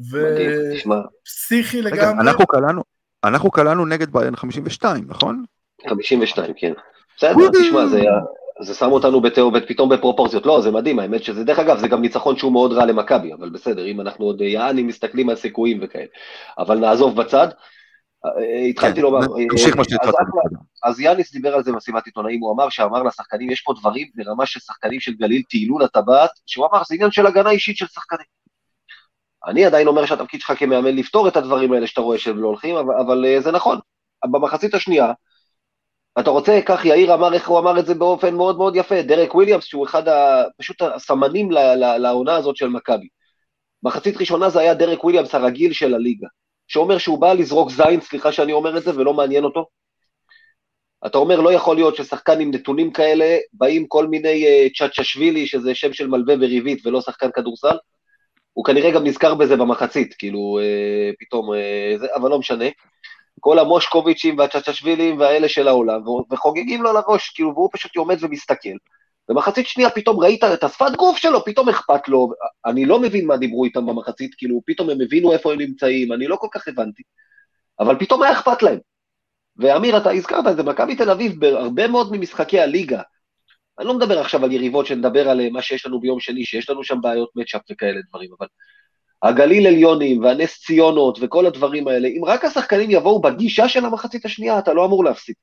ופסיכי לגמרי. אנחנו קלענו נגד ביירן חמישים ושתיים, נכון? חמישים ושתיים, כן. בסדר, תשמע, זה היה... זה שם אותנו פתאום בפרופורציות, לא, זה מדהים, האמת שזה, דרך אגב, זה גם ניצחון שהוא מאוד רע למכבי, אבל בסדר, אם אנחנו עוד יענים מסתכלים על סיכויים וכאלה, אבל נעזוב בצד, התחלתי לומר, אז יאניס דיבר על זה במסיבת עיתונאים, הוא אמר שאמר לשחקנים, יש פה דברים ברמה של שחקנים של גליל טיילו לטבעת, שהוא אמר, זה עניין של הגנה אישית של שחקנים. אני עדיין אומר שהתפקיד שלך כמאמן לפתור את הדברים האלה שאתה רואה שהם לא הולכים, אבל זה נכון, במחצית השנייה, אתה רוצה, כך יאיר אמר, איך הוא אמר את זה באופן מאוד מאוד יפה, דרק וויליאמס, שהוא אחד ה, פשוט הסמנים לעונה הזאת של מכבי. מחצית ראשונה זה היה דרק וויליאמס הרגיל של הליגה, שאומר שהוא בא לזרוק זין, סליחה שאני אומר את זה, ולא מעניין אותו. אתה אומר, לא יכול להיות ששחקן עם נתונים כאלה, באים כל מיני uh, צ'אצ'שווילי, שזה שם של מלווה וריבית, ולא שחקן כדורסל, הוא כנראה גם נזכר בזה במחצית, כאילו, uh, פתאום, uh, זה, אבל לא משנה. כל המושקוביצ'ים והצ'צ'שווילים והאלה של העולם, וחוגגים לו לראש, כאילו, והוא פשוט עומד ומסתכל. במחצית שנייה פתאום ראית את השפת גוף שלו, פתאום אכפת לו, אני לא מבין מה דיברו איתם במחצית, כאילו, פתאום הם הבינו איפה הם נמצאים, אני לא כל כך הבנתי, אבל פתאום היה אכפת להם. ואמיר, אתה הזכרת את זה, מכבי תל אביב, בהרבה מאוד ממשחקי הליגה, אני לא מדבר עכשיו על יריבות שנדבר על מה שיש לנו ביום שני, שיש לנו שם בעיות מצ'אפ וכאלה דברים, אבל הגליל עליונים והנס ציונות וכל הדברים האלה, אם רק השחקנים יבואו בגישה של המחצית השנייה, אתה לא אמור להפסיד.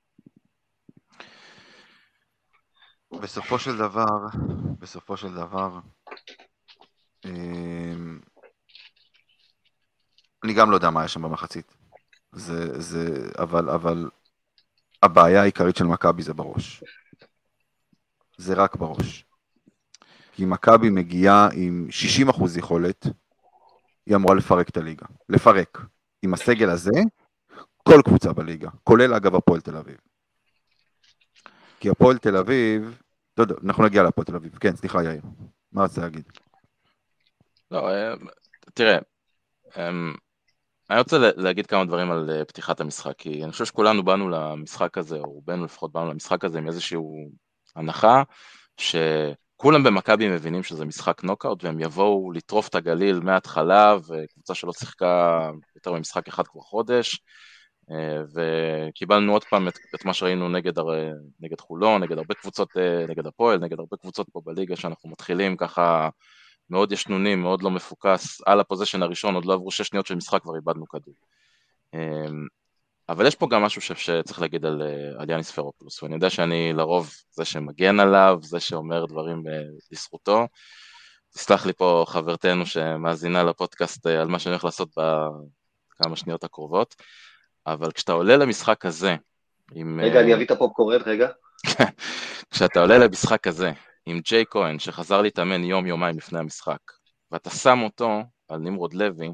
בסופו של דבר, בסופו של דבר, אני גם לא יודע מה היה שם במחצית. זה, זה, אבל, אבל, הבעיה העיקרית של מכבי זה בראש. זה רק בראש. כי מכבי מגיעה עם שישים אחוז יכולת, היא אמורה לפרק את הליגה. לפרק. עם הסגל הזה, כל קבוצה בליגה, כולל אגב הפועל תל אביב. כי הפועל תל אביב, לא יודע, אנחנו נגיע לפועל תל אביב. כן, סליחה יאיר. מה רצית להגיד? לא, תראה, אני רוצה להגיד כמה דברים על פתיחת המשחק, כי אני חושב שכולנו באנו למשחק הזה, או רובנו לפחות באנו למשחק הזה עם איזשהו הנחה, שכולם במכבי מבינים שזה משחק נוקאוט, והם יבואו לטרוף את הגליל מההתחלה, וקבוצה שלא שיחקה יותר במשחק אחד כבר חודש, וקיבלנו עוד פעם את, את מה שראינו נגד, נגד חולון, נגד הרבה קבוצות, נגד הפועל, נגד הרבה קבוצות פה בליגה, שאנחנו מתחילים ככה מאוד ישנונים, מאוד לא מפוקס, על הפוזישן הראשון, עוד לא עברו שש שניות של משחק, כבר איבדנו כדור. אבל יש פה גם משהו שצריך להגיד על, על יאניס פרופולוס, ואני יודע שאני לרוב זה שמגן עליו, זה שאומר דברים לזכותו, תסלח לי פה חברתנו שמאזינה לפודקאסט על מה שאני הולך לעשות בכמה שניות הקרובות, אבל כשאתה עולה למשחק הזה, עם... רגע, אני אביא את הפופקורן, רגע. כשאתה עולה למשחק הזה, עם ג'יי כהן, שחזר להתאמן יום יומיים לפני המשחק, ואתה שם אותו על נמרוד לוי,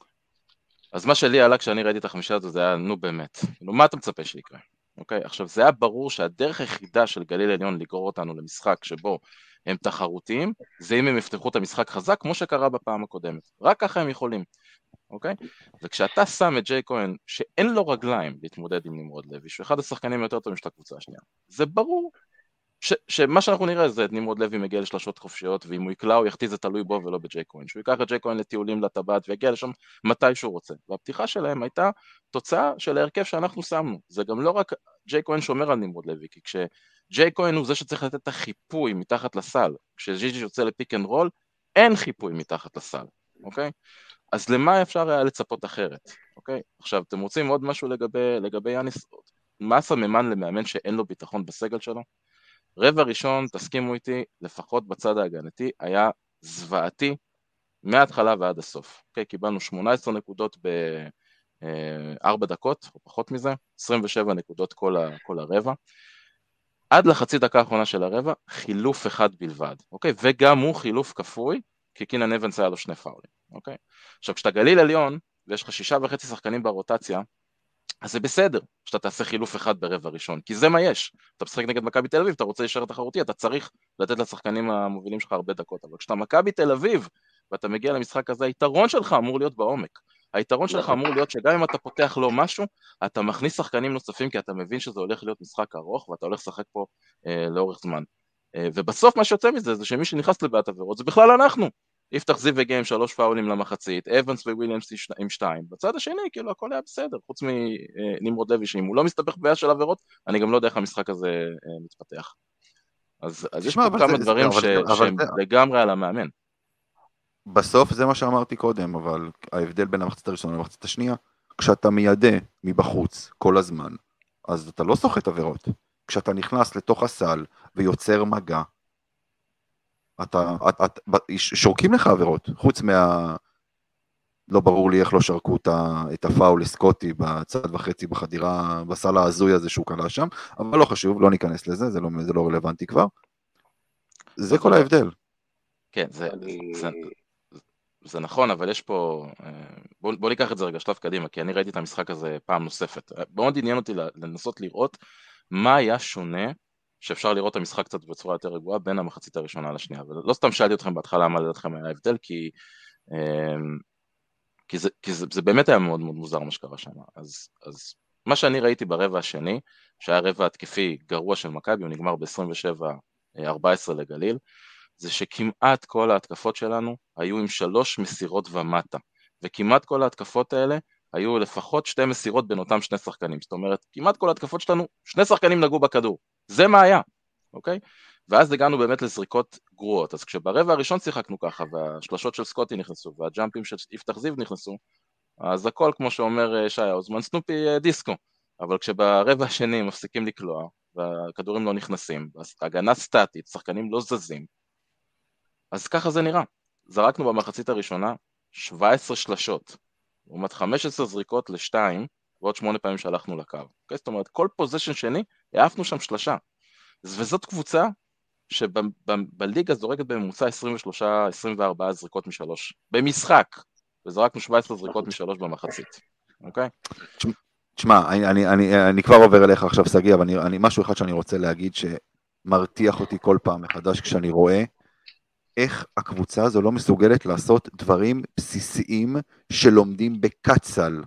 אז מה שלי עלה כשאני ראיתי את החמישה הזו, זה היה, נו באמת, נו, מה אתה מצפה שיקרה? אוקיי? עכשיו, זה היה ברור שהדרך היחידה של גליל עליון לגרור אותנו למשחק שבו הם תחרותיים, זה אם הם יפתחו את המשחק חזק, כמו שקרה בפעם הקודמת. רק ככה הם יכולים, אוקיי? וכשאתה שם את ג'יי כהן, שאין לו רגליים להתמודד עם נמרוד לוי, שהוא אחד השחקנים יותר טובים של הקבוצה השנייה, זה ברור ש- שמה שאנחנו נראה זה את נמרוד לוי מגיע לשלשות חופשיות, ואם הוא יקלע הוא יחטיא, זה תלוי בו ולא בג'יי כהן, שהוא ייקח את ג'יי כהן לטיולים לטבעת ויגיע לשם מתי שהוא רוצה, והפתיחה שלהם הייתה תוצאה של ההרכב שאנחנו שמנו. זה גם לא רק ג'יי כהן שומר על נמרוד לוי, כי כשג'יי כהן הוא זה שצריך לתת את החיפוי מתחת לסל, כשג'יג'י יוצא לפיק אנד רול, אין חיפוי מתחת לסל, אוקיי? אז למה אפשר היה לצפות אחרת, אוקיי? עכשיו, אתם רוצים עוד משהו לגבי, לגבי יאניס? מה סממן למאמן שאין לו ביטחון בסגל שלו? רבע ראשון, תסכימו איתי, לפחות בצד ההגנתי, היה זוועתי מההתחלה ועד הסוף. אוקיי, קיבלנו שמונה עשרה נקודות בארבע דקות, או פחות מזה, עשרים ושבע נקודות כל, ה, כל הרבע. עד לחצי דקה האחרונה של הרבע, חילוף אחד בלבד. אוקיי, וגם הוא חילוף כפוי, כי קינן אבנס היה לו שני פאולים. אוקיי, עכשיו כשאתה גליל עליון, ויש לך שישה וחצי שחקנים ברוטציה, אז זה בסדר שאתה תעשה חילוף אחד ברבע ראשון, כי זה מה יש. אתה משחק נגד מכבי תל אביב, אתה רוצה להישאר תחרותי, אתה צריך לתת לשחקנים המובילים שלך הרבה דקות, אבל כשאתה מכבי תל אביב, ואתה מגיע למשחק הזה, היתרון שלך אמור להיות בעומק. היתרון שלך אמור להיות שגם אם אתה פותח לו משהו, אתה מכניס שחקנים נוספים, כי אתה מבין שזה הולך להיות משחק ארוך, ואתה הולך לשחק פה אה, לאורך זמן. אה, ובסוף מה שיוצא מזה, זה שמי שנכנס לבעיית עבירות, זה בכלל אנחנו. יפתח זיו וגיי עם שלוש פאולים למחצית, אבנס וויליאמס עם שתיים, בצד השני כאילו הכל היה בסדר, חוץ מנמרוד לוי שאם הוא לא מסתבך בבעיה של עבירות, אני גם לא יודע איך המשחק הזה מתפתח. אז, אז יש פה כמה זה, דברים זה, ש, אבל, שהם אבל לגמרי על המאמן. בסוף זה מה שאמרתי קודם, אבל ההבדל בין המחצית הראשונה למחצית השנייה, כשאתה מיידה מבחוץ כל הזמן, אז אתה לא סוחט עבירות. כשאתה נכנס לתוך הסל ויוצר מגע, אתה, את, את, שורקים לך עבירות, חוץ מה, לא ברור לי איך לא שרקו את הפאול לסקוטי בצד וחצי בחדירה, בסל ההזוי הזה שהוא קלה שם, אבל לא חשוב, לא ניכנס לזה, זה לא, זה לא רלוונטי כבר. זה כל ההבדל. כן, זה, זה, זה נכון, אבל יש פה, בוא, בוא ניקח את זה רגע שלב קדימה, כי אני ראיתי את המשחק הזה פעם נוספת. מאוד עניין אותי לנסות לראות מה היה שונה, שאפשר לראות את המשחק קצת בצורה יותר רגועה בין המחצית הראשונה לשנייה, ולא סתם שאלתי אתכם בהתחלה מה לדעתכם היה ההבדל, כי, כי, זה, כי זה, זה באמת היה מאוד מאוד מוזר מה שקרה שם. אז, אז מה שאני ראיתי ברבע השני, שהיה רבע התקפי גרוע של מכבי, הוא נגמר ב-עשרים ושבע ארבע עשרה לגליל, זה שכמעט כל ההתקפות שלנו היו עם שלוש מסירות ומטה, וכמעט כל ההתקפות האלה היו לפחות שתי מסירות בין אותם שני שחקנים, זאת אומרת, כמעט כל ההתקפות שלנו, שני שחקנים נגעו בכדור, זה מה היה, אוקיי? ואז הגענו באמת לזריקות גרועות, אז כשברבע הראשון שיחקנו ככה, והשלשות של סקוטי נכנסו, והג'אמפים של יפתח זיו נכנסו, אז הכל כמו שאומר שי האוזמן, סנופי דיסקו, אבל כשברבע השני מפסיקים לקלוע, והכדורים לא נכנסים, הגנה סטטית, שחקנים לא זזים, אז ככה זה נראה. זרקנו במחצית הראשונה שבע עשרה שלשות, לעומת חמש עשרה זריקות לשתיים, ועוד שמונה פעמים שהלכנו לקו. Okay, זאת אומרת, כל פוזישן שני, העפנו שם שלשה. וזאת קבוצה שבליגה זורקת בממוצע עשרים ושלוש עשרים וארבע זריקות משלוש, במשחק, וזרקנו שבע עשרה זריקות משלוש במחצית. אוקיי? Okay? תשמע, אני, אני, אני, אני כבר עובר אליך עכשיו סגי, אבל אני, אני, משהו אחד שאני רוצה להגיד שמרתיח אותי כל פעם מחדש כשאני רואה איך הקבוצה הזו לא מסוגלת לעשות דברים בסיסיים שלומדים בקצל.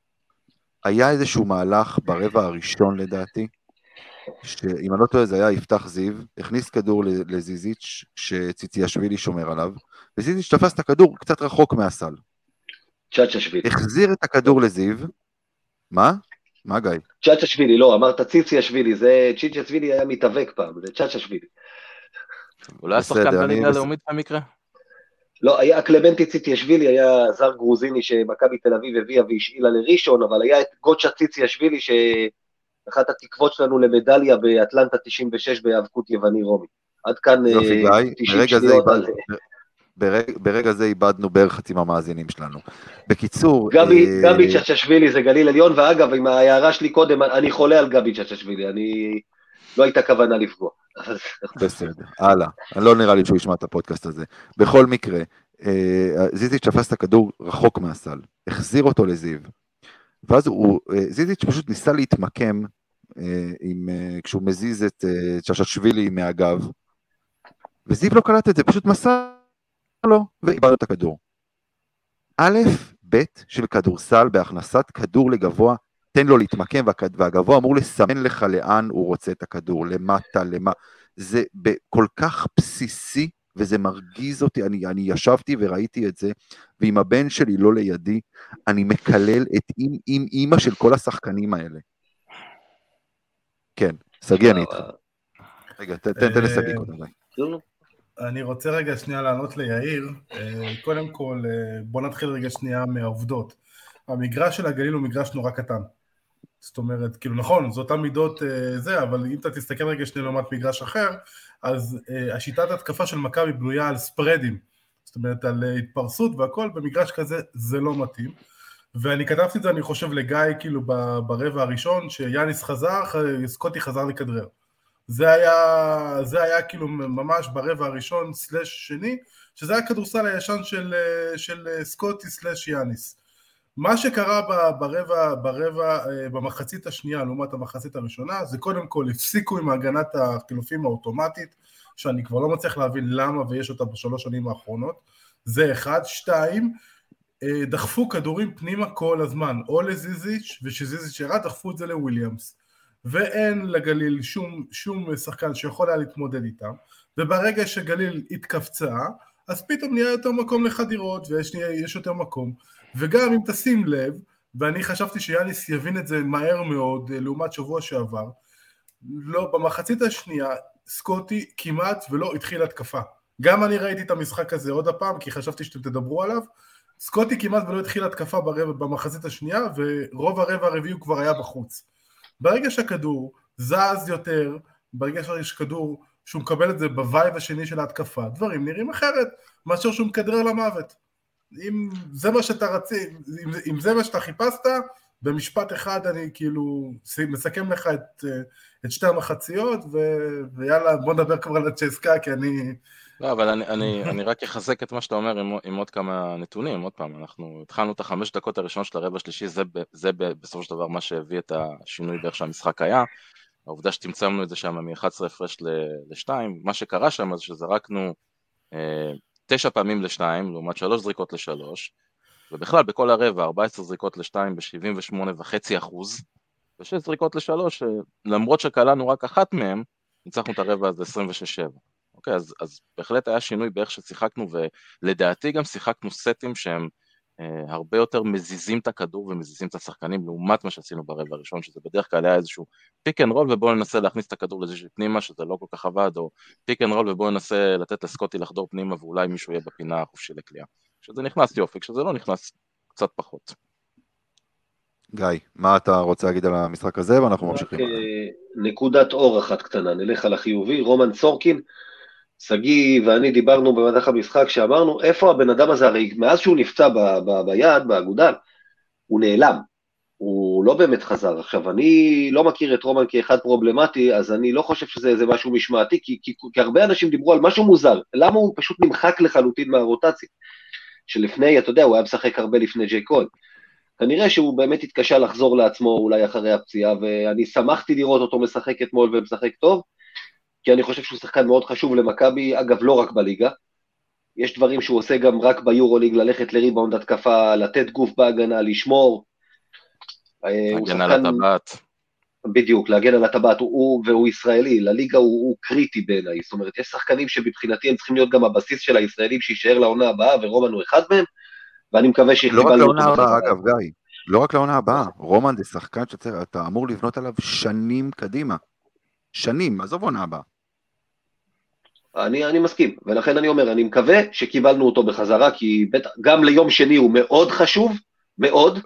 היה איזשהו מהלך ברבע הראשון לדעתי, שאם אני לא טועה זה היה יפתח זיו, הכניס כדור לזיזיץ' שציציאשווילי שומר עליו, וזיזיץ' תפס את הכדור קצת רחוק מהסל. צ'אצ'אשווילי. החזיר את הכדור לזיו, מה? מה גיא? צ'אצ'אשווילי, לא, אמרת ציציאשווילי, זה ציציאשווילי היה מתאבק פעם, זה צ'אצ'אשווילי. אולי השחקן בליגה הלאומית במקרה? לא, היה קלמנטי ציציאשווילי, היה זר גרוזיני שמכבי תל אביב הביאה והשאילה לראשון, אבל היה את גוצ'ה ציציאשווילי, שאחת התקוות שלנו למדליה באטלנטה תשעים ושש בהיאבקות יווני רומי. עד כאן תשעים שניות על זה. ברגע זה איבדנו בערך חצי מהמאזינים שלנו. בקיצור... גבי צ'צ'שווילי זה גליל עליון, ואגב, עם ההערה שלי קודם, אני חולה על גבי צ'צ'שווילי, אני... לא הייתה כוונה לפגוע. בסדר, הלאה. לא נראה לי שהוא ישמע את הפודקאסט הזה. בכל מקרה, זיזיץ' תפס את הכדור רחוק מהסל, החזיר אותו לזיו, ואז הוא, זיזיץ' פשוט ניסה להתמקם, עם, כשהוא מזיז את צ'צ'אשווילי מהגב, וזיו לא קלט את זה, פשוט מסר לו, ואיבד את הכדור. א', ב' של כדורסל, בהכנסת כדור לגבוה, תן לו להתמקם, והגבוה אמור לסמן לך לאן הוא רוצה את הכדור, למטה, למה, זה כל כך בסיסי, וזה מרגיז אותי, אני, אני ישבתי וראיתי את זה, ועם הבן שלי לא לידי, אני מקלל את עם, עם אמא של כל השחקנים האלה. כן, סגי אני איתך. רגע, תן, תן לסגי קודם. אני רוצה רגע שנייה לענות ליאיר. קודם כל, בוא נתחיל רגע שנייה מהעובדות. המגרש של הגליל הוא מגרש נורא קטן. זאת אומרת, כאילו נכון, זה אותם מידות זה, אבל אם אתה תסתכל רגע שנייה לעומת מגרש אחר, אז השיטת התקפה של מכבי בנויה על ספרדים. זאת אומרת, על התפרסות והכל, במגרש כזה זה לא מתאים. ואני כתבתי את זה, אני חושב, לגיא, כאילו, ברבע הראשון, שיאניס חזר, סקוטי חזר לכדרר. זה היה, זה היה כאילו ממש ברבע הראשון סלש שני, שזה היה כדורסל הישן של, של סקוטי סלש יאניס. מה שקרה ברבע, ברבע, במחצית השנייה, לעומת המחצית הראשונה, זה קודם כל הפסיקו עם הגנת החילופים האוטומטית, שאני כבר לא מצליח להבין למה ויש אותה בשלוש שנים האחרונות. זה אחד, שתיים, דחפו כדורים פנימה כל הזמן, או לזיזיץ' ושזיזיץ' ירד, דחפו את זה לוויליאמס. ואין לגליל שום, שום שחקן שיכול היה להתמודד איתם, וברגע שגליל התקפצה, אז פתאום נהיה יותר מקום לחדירות, ויש יותר מקום, וגם אם תשים לב, ואני חשבתי שיאניס יבין את זה מהר מאוד, לעומת שבוע שעבר, לא, במחצית השנייה, סקוטי כמעט ולא התחיל התקפה. גם אני ראיתי את המשחק הזה עוד הפעם, כי חשבתי שאתם תדברו עליו, סקוטי כמעט ולא התחיל התקפה ברבע, במחצית השנייה, ורוב הרבע הרביעי הוא כבר היה בחוץ. ברגע שהכדור זז יותר, ברגע שיש כדור שהוא מקבל את זה בווייב השני של ההתקפה, דברים נראים אחרת, מאשר שהוא מקדרר למוות. אם זה מה שאתה רצי, אם, אם זה מה שאתה חיפשת, במשפט אחד אני כאילו מסכם לך את, את שתי המחציות, ו, ויאללה בוא נדבר כבר על הצ'סקה, כי אני... לא, אבל אני, אני, אני רק אחזק את מה שאתה אומר עם, עם עוד כמה נתונים. עוד פעם, אנחנו התחלנו את החמש דקות הראשון של הרבע השלישי, זה, זה בסופו של דבר מה שהביא את השינוי באיך שהמשחק היה. העובדה שתמצמנו את זה שם מ-אחד עשר הפרש ל-שתיים, מה שקרה שם זה שזרקנו אה, תשע פעמים ל-שתיים, לעומת שלוש זריקות ל-שלוש, ובכלל בכל הרבע, ארבע עשרה זריקות ל-שתיים ב-שבעים ושמונה נקודה חמש אחוז, ושש זריקות ל-שלוש, למרות שקלענו רק אחת מהם, ניצחנו את הרבע הזה עשרים ושש שבע. אוקיי, אז, אז בהחלט היה שינוי באיך ששיחקנו, ולדעתי גם שיחקנו סטים שהם אה, הרבה יותר מזיזים את הכדור ומזיזים את השחקנים, לעומת מה שעשינו ברבע הראשון, שזה בדרך כלל היה איזשהו פיק אנד רול, ובואו ננסה להכניס את הכדור לאיזושהי פנימה, שזה לא כל כך עבד, או פיק אנד רול, ובואו ננסה לתת לסקוטי לחדור פנימה, ואולי מישהו יהיה בפינה החופשי לקליעה. כשזה נכנס יופי, כשזה לא נכנס קצת פחות. גיא, מה אתה רוצה להגיד על המשחק הזה, ואנחנו ממשיכים? נקודת אור אחת קטנה, נלך על החיובי, רומן סורקין, סגי ואני דיברנו במהלך המשחק שאמרנו, איפה הבן אדם הזה, הרי מאז שהוא נפצע ב- ב- ביד, באגודל, הוא נעלם, הוא לא באמת חזר. עכשיו, אני לא מכיר את רומן כאחד פרובלמטי, אז אני לא חושב שזה איזה משהו משמעתי, כי, כי, כי הרבה אנשים דיברו על משהו מוזר, למה הוא פשוט נמחק לחלוטין מהרוטציה, שלפני, אתה יודע, הוא היה משחק הרבה לפני ג'יי קול, כנראה שהוא באמת התקשה לחזור לעצמו אולי אחרי הפציעה, ואני שמחתי לראות אותו משחק אתמול ומשחק טוב, כי אני חושב שהוא שחקן מאוד חשוב למכבי, אגב לא רק בליגה, יש דברים שהוא עושה גם רק ביורוליג, ללכת לריבאונד התקפה, לתת גוף בהגנה, לשמור. להגן על הטבעת. בדיוק, להגן על הטבעת, הוא, והוא ישראלי, לליגה הוא, הוא קריטי בעיניי, זאת אומרת, יש שחקנים שבבחינתי הם צריכים להיות גם הבסיס של הישראלים, שישאר לעונה הבאה, ורומן הוא אחד מהם, ואני מקווה שקיבלנו אותו. לא רק לעונה הבאה, אגב, גיא, לא רק לעונה הבאה, רומן זה שחקן שאתה אמור לבנות עליו שנים קדימה. שנים, עזוב עונה הבאה. אני, אני מסכים, ולכן אני אומר, אני מקווה שקיבלנו אותו בחזרה, כי גם ליום שני הוא מאוד חשוב, מאוד,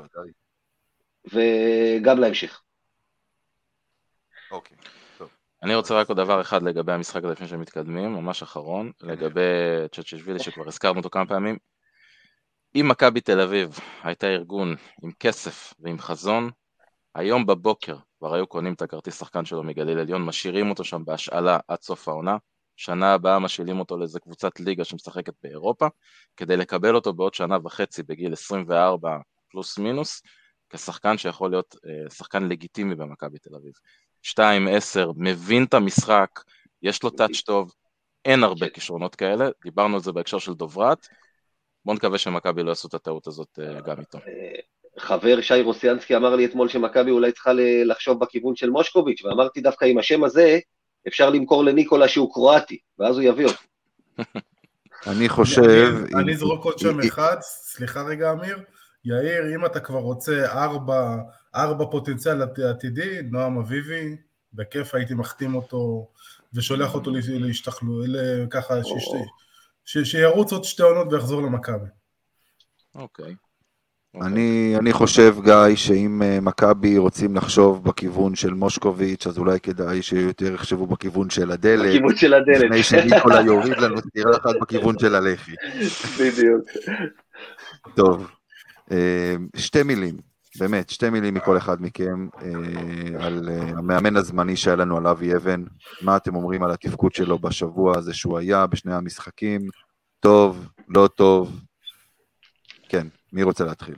וגם להמשיך. אוקיי, טוב. אני רוצה רק עוד דבר אחד לגבי המשחק הזה לפני שמתקדמים, ממש אחרון, לגבי צ'צ'אשווילי שכבר הזכרנו אותו כמה פעמים. אם מכבי תל אביב הייתה ארגון עם כסף ועם חזון, היום בבוקר כבר היו קונים את הכרטיס שחקן שלו מגליל עליון, משאירים אותו שם בהשאלה עד סוף העונה, שנה הבאה משאילים אותו לאיזה קבוצת ליגה שמשחקת באירופה, כדי לקבל אותו בעוד שנה וחצי בגיל עשרים וארבע פלוס מינוס, כשחקן שיכול להיות אה, שחקן לגיטימי במכבי תל אביב. שתיים עשר, מבין את המשחק, יש לו טאץ' טוב, אין הרבה כישרונות כאלה, דיברנו על זה בהקשר של דוברת, בוא נקווה שמכבי לא יעשו את הטעות הזאת אה, גם איתו. חבר שי רוסיאנסקי אמר לי אתמול שמכבי אולי צריכה לחשוב בכיוון של מושקוביץ', ואמרתי דווקא עם השם הזה, אפשר למכור לניקולה שהוא קרואטי, ואז הוא יביא אותו. אני חושב... אני זרוק עוד שם אחד, סליחה רגע אמיר, יאיר, אם אתה כבר רוצה ארבע, ארבע פוטנציאל עתידי, נועם אביבי, בכיף הייתי מחתים אותו, ושולח אותו להשתחלו, ככה שירוץ עוד שתי עונות ויחזור למכבי. אוקיי. אני, אני חושב, גיא, שאם מכבי רוצים לחשוב בכיוון של מושקוביץ', אז אולי כדאי שיותר יחשבו בכיוון של הדלת. בכיוון של הדלת. לפני שניקולה יוריד לנו סתירה אחת בכיוון של הלחי. בדיוק. טוב, שתי מילים, באמת, שתי מילים מכל אחד מכם, על המאמן הזמני שהיה לנו על אבי אבן. מה אתם אומרים על התפקוד שלו בשבוע הזה שהוא היה בשני המשחקים? טוב, לא טוב? כן. מי רוצה להתחיל?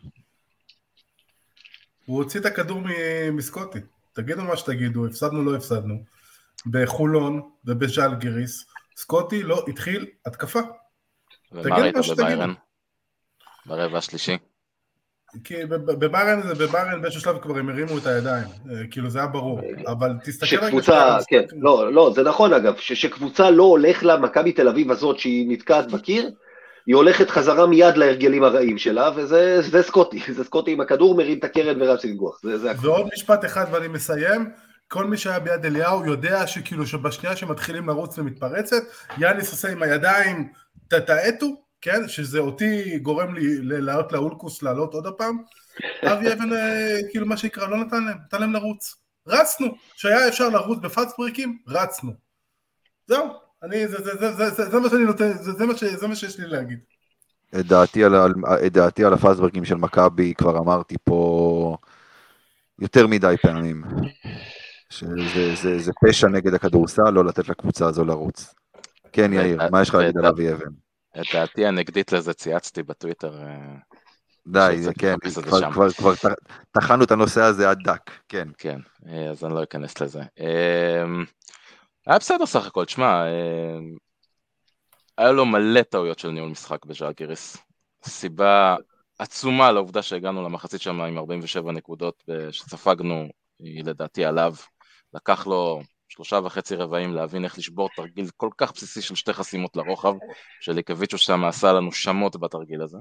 הוא הוציא את הכדור מסקוטי. תגידו מה שתגידו, הפסדנו לא הפסדנו. בחולון ובז'לגיריס, סקוטי לא התחיל התקפה. ומה ראית בביירן? ברבע השלישי? כי בביירן זה בביירן באיזשהו שלב כבר הם הרימו את הידיים, כאילו זה היה ברור, אבל תסתכל רגע... שקבוצה, כן, לא, לא, זה נכון אגב, שקבוצה לא הולך לה, מכבי תל אביב הזאת שהיא נתקעת בקיר, היא הולכת חזרה מיד להרגלים הרעים שלה, וזה זה סקוטי, זה סקוטי עם הכדור, מרים את הקרן ורץ לנגוח. זה, זה ועוד משפט אחד ואני מסיים, כל מי שהיה ביד אליהו יודע שכאילו שבשנייה שמתחילים לרוץ למתפרצת, יאניס עושה עם הידיים, תתעטו, כן, שזה אותי גורם לי לעלות לאולקוס, לעלות עוד הפעם, אבי אבן, כאילו מה שיקרא, לא נתן להם, נתן להם לרוץ. רצנו, שהיה אפשר לרוץ בפאסט ברקים, רצנו. זהו. אני, זה, זה, זה, זה, זה, זה מה שאני נותן, זה, זה מה ש, זה מה שיש לי להגיד. את דעתי על, את דעתי על הפאסברקים של מכבי, כבר אמרתי פה יותר מדי פעמים, שזה, זה, זה פשע נגד הכדורסל, לא לתת לקבוצה הזו לרוץ. כן, יאיר, מה יש לך להגיד על אבי אבן? את דעתי הנגדית לזה צייצתי בטוויטר. די, זה כן, כבר, כבר, כבר תחנו את הנושא הזה עד דק, כן. כן, אז אני לא אכנס לזה. היה בסדר סך הכל, תשמע, היה לו מלא טעויות של ניהול משחק בז'לגיריס, סיבה עצומה לעובדה שהגענו למחצית שם עם ארבעים ושבע נקודות שספגנו, היא לדעתי עליו, לקח לו שלושה וחצי רבעים להבין איך לשבור תרגיל כל כך בסיסי של שתי חסימות לרוחב, שליקוויצ'ו שם עשה לנו שמות בתרגיל הזה.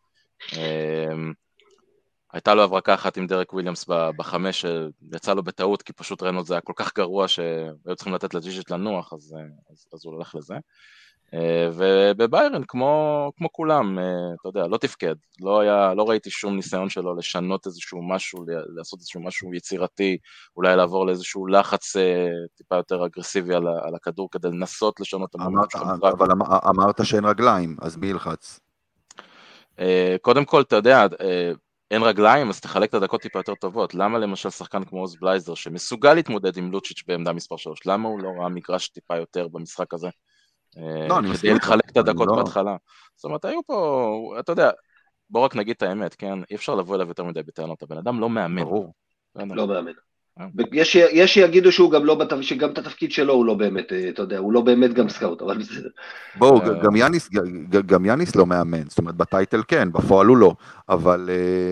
הייתה לו הברקה אחת עם דרק וויליאמס בחמש, שיצא לו בטעות, כי פשוט רנולדס היה כל כך גרוע, שהיו צריכים לתת לג'יז'ט לנוח, אז, אז, אז הוא הולך לזה. ובביירן, כמו, כמו כולם, אתה יודע, לא תפקד, לא, היה, לא ראיתי שום ניסיון שלו לשנות איזשהו משהו, לעשות איזשהו משהו יצירתי, אולי לעבור לאיזשהו לחץ טיפה יותר אגרסיבי על, על הכדור, כדי לנסות לשנות את המובן של המשחק. אבל אמרת שאין רגליים, אז מי ילחץ? קודם כל, אתה יודע, אין רגליים, אז תחלק את הדקות טיפה יותר טובות. למה למשל שחקן כמו עוז בלייזר, שמסוגל להתמודד עם לוצ'יץ' בעמדה מספר שלוש, למה הוא לא ראה מגרש טיפה יותר במשחק הזה? לא, אני כדי לחלק את הדקות בהתחלה. זאת אומרת, היו פה, אתה יודע, בוא רק נגיד את האמת, כן? אי אפשר לבוא אליו יותר מדי בטענות, הבן אדם לא מאמן. ברור. לא מאמן. יש שיגידו שהוא גם לא, שגם את התפקיד שלו הוא לא באמת, אתה יודע, הוא לא באמת גם סקאוט, אבל בסדר. בואו, גם יאניס לא מאמן, זאת אומרת, בטייטל כן, בפועל הוא לא, אבל,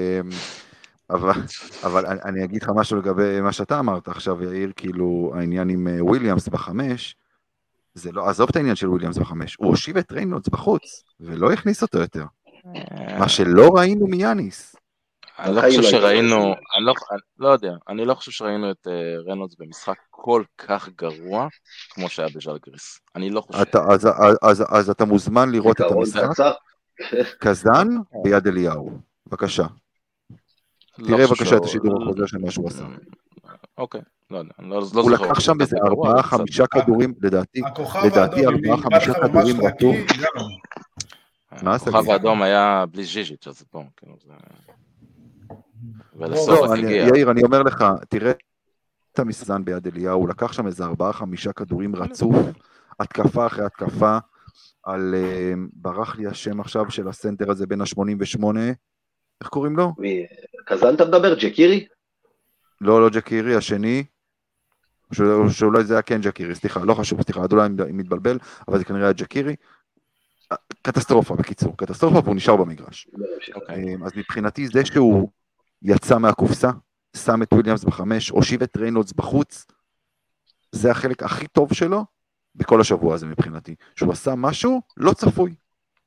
אבל אני אגיד לך משהו לגבי מה שאתה אמרת עכשיו, יאיר, כאילו, העניין עם וויליאמס בחמש, זה לא, עזוב את העניין של וויליאמס בחמש, הוא הושיב את ריינולדס בחוץ, ולא הכניס אותו יותר, מה שלא ראינו מיאניס. אני לא חושב שראינו, אני לא, לא יודע, אני לא חושב שראינו את ריינולדס במשחק כל כך גרוע, כמו שהיה בז'לגיריס. אני לא חושב. אתה, אז, אז, אז אתה מוזמן לראות את המשחק, קזן ביד אליהו, בבקשה. תראה בבקשה את השידור החוזר של מה שהוא עשה. אוקיי, לא יודע, הוא לקח שם איזה ארבעה, חמישה כדורים, לדעתי, לדעתי ארבעה, חמישה כדורים בטור. הכוכב האדום היה בלי ז'יז'יץ', אז פה, כאילו זה... ולסוף לא, אני, הגיע. יאיר, אני אומר לך, תראה את המסזן ביד אליהו, הוא לקח שם איזה ארבעה, חמישה כדורים רצוף, התקפה אחרי התקפה, על, uh, ברח לי השם עכשיו של הסנטר הזה בין ה-שמונים ושמונה, איך קוראים לו? קזן אתה מדבר, ג'קירי? לא, לא ג'קירי, השני, שאולי זה היה כן ג'קירי, סליחה, לא חשוב, סליחה, עד אולי אם מתבלבל, אבל זה כנראה היה ג'קירי, קטסטרופה בקיצור, קטסטרופה, והוא נשאר במגרש. אז מבחינתי זה שהוא יצא מהקופסה, שם את וויליאמס בחמש, הושיב את ריינולדס בחוץ, זה החלק הכי טוב שלו בכל השבוע הזה מבחינתי, שהוא עשה משהו לא צפוי.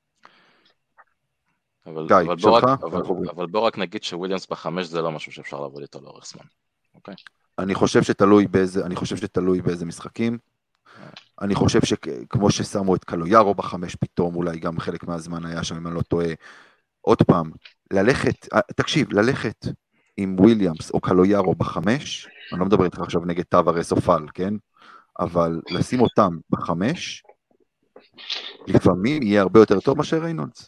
אבל, גיא, אבל, שלך? בוא רק, אבל, אבל בוא רק נגיד שוויליאמס בחמש זה לא משהו שאפשר לעבוד איתו לאורך זמן. אוקיי? אני חושב שתלוי באיזה, אני חושב שתלוי באיזה משחקים. אני חושב שכמו ששמו את קלויארו בחמש פתאום, אולי גם חלק מהזמן היה שם, אם אני לא טועה, עוד פעם, ללכת, תקשיב, ללכת עם וויליאמס או קלויארו בחמש, אני לא מדבר איתך עכשיו נגד טווארס או פאל, כן? אבל לשים אותם בחמש, לפעמים יהיה הרבה יותר טוב מאשר ריינולדס.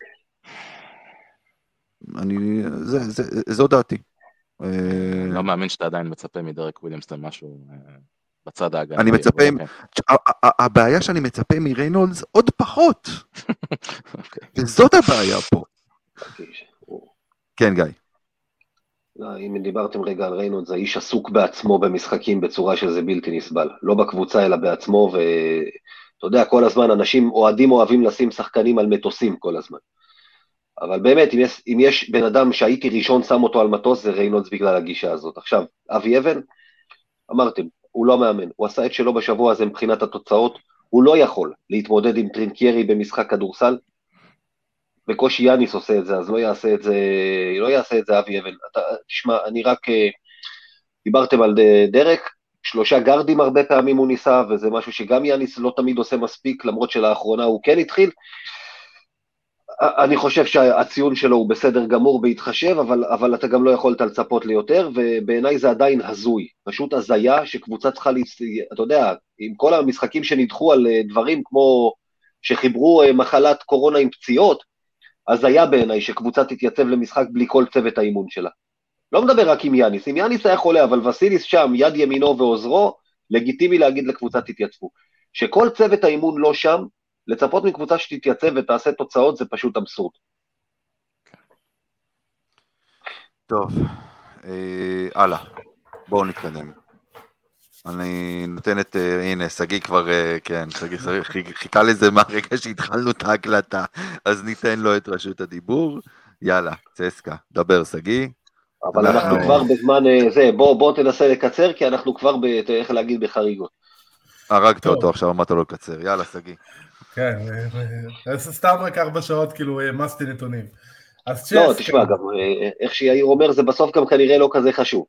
אני, זה, זה, זו דעתי. לא מאמין שאתה עדיין מצפה מדרק וויליאמס למשהו בצד ההגנה. אני מצפה, הבעיה שאני מצפה מריינולדס עוד פחות. וזאת הבעיה פה. כן, גיא. אם דיברתם רגע על ריינולדס, האיש עסוק בעצמו במשחקים בצורה שזה בלתי נסבל. לא בקבוצה אלא בעצמו, ואתה יודע, כל הזמן אנשים אוהדים אוהבים לשים שחקנים על מטוסים כל הזמן. אבל באמת, אם יש, אם יש בן אדם שהייתי ראשון שם אותו על מטוס, זה ריינולדס בגלל הגישה הזאת. עכשיו, אבי אבן, אמרתם, הוא לא מאמן, הוא עשה את שלו בשבוע הזה מבחינת התוצאות, הוא לא יכול להתמודד עם טרינקיירי במשחק כדורסל, בקושי יאניס עושה את זה, אז לא יעשה את זה, לא יעשה את זה אבי אבן. אתה, תשמע, אני רק, דיברתם על דרק, שלושה גרדים הרבה פעמים הוא ניסה, וזה משהו שגם יאניס לא תמיד עושה מספיק, למרות שלאחרונה הוא כן התחיל, אני חושב שהציון שלו הוא בסדר גמור בהתחשב, אבל, אבל אתה גם לא יכולת לצפות ליותר, ובעיניי זה עדיין הזוי, פשוט הזיה שקבוצה צריכה, אתה יודע, עם כל המשחקים שנדחו על דברים כמו שחיברו מחלת קורונה עם פציעות, אז היה בעיניי שקבוצה תתייצב למשחק בלי כל צוות האימון שלה. לא מדבר רק עם יאניס, אם יאניס היה חולה, אבל וסיליס שם, יד ימינו ועוזרו, לגיטימי להגיד לקבוצה תתייצבו. שכל צוות האימון לא שם, לצפות מקבוצה שתתייצב ותעשה תוצאות, זה פשוט אבסורד. טוב, הלאה, בואו נתקדם. אני נותן את, הנה, סגי כבר, כן, סגי חיכה לזה מהרגע שהתחלנו את ההקלטה, אז ניתן לו את רשות הדיבור. יאללה, צסקה, דבר סגי. אבל אנחנו כבר בזמן זה, בוא תנסה לקצר, כי אנחנו כבר, איך להגיד, בחריגות. הרגת אותו עכשיו, אמרת לו לקצר, יאללה סגי. כן, סתם רק ארבע שעות, כאילו, מסתי נתונים. לא, תשמע, גם איך שיאיר אומר, זה בסוף גם כנראה לא כזה חשוב.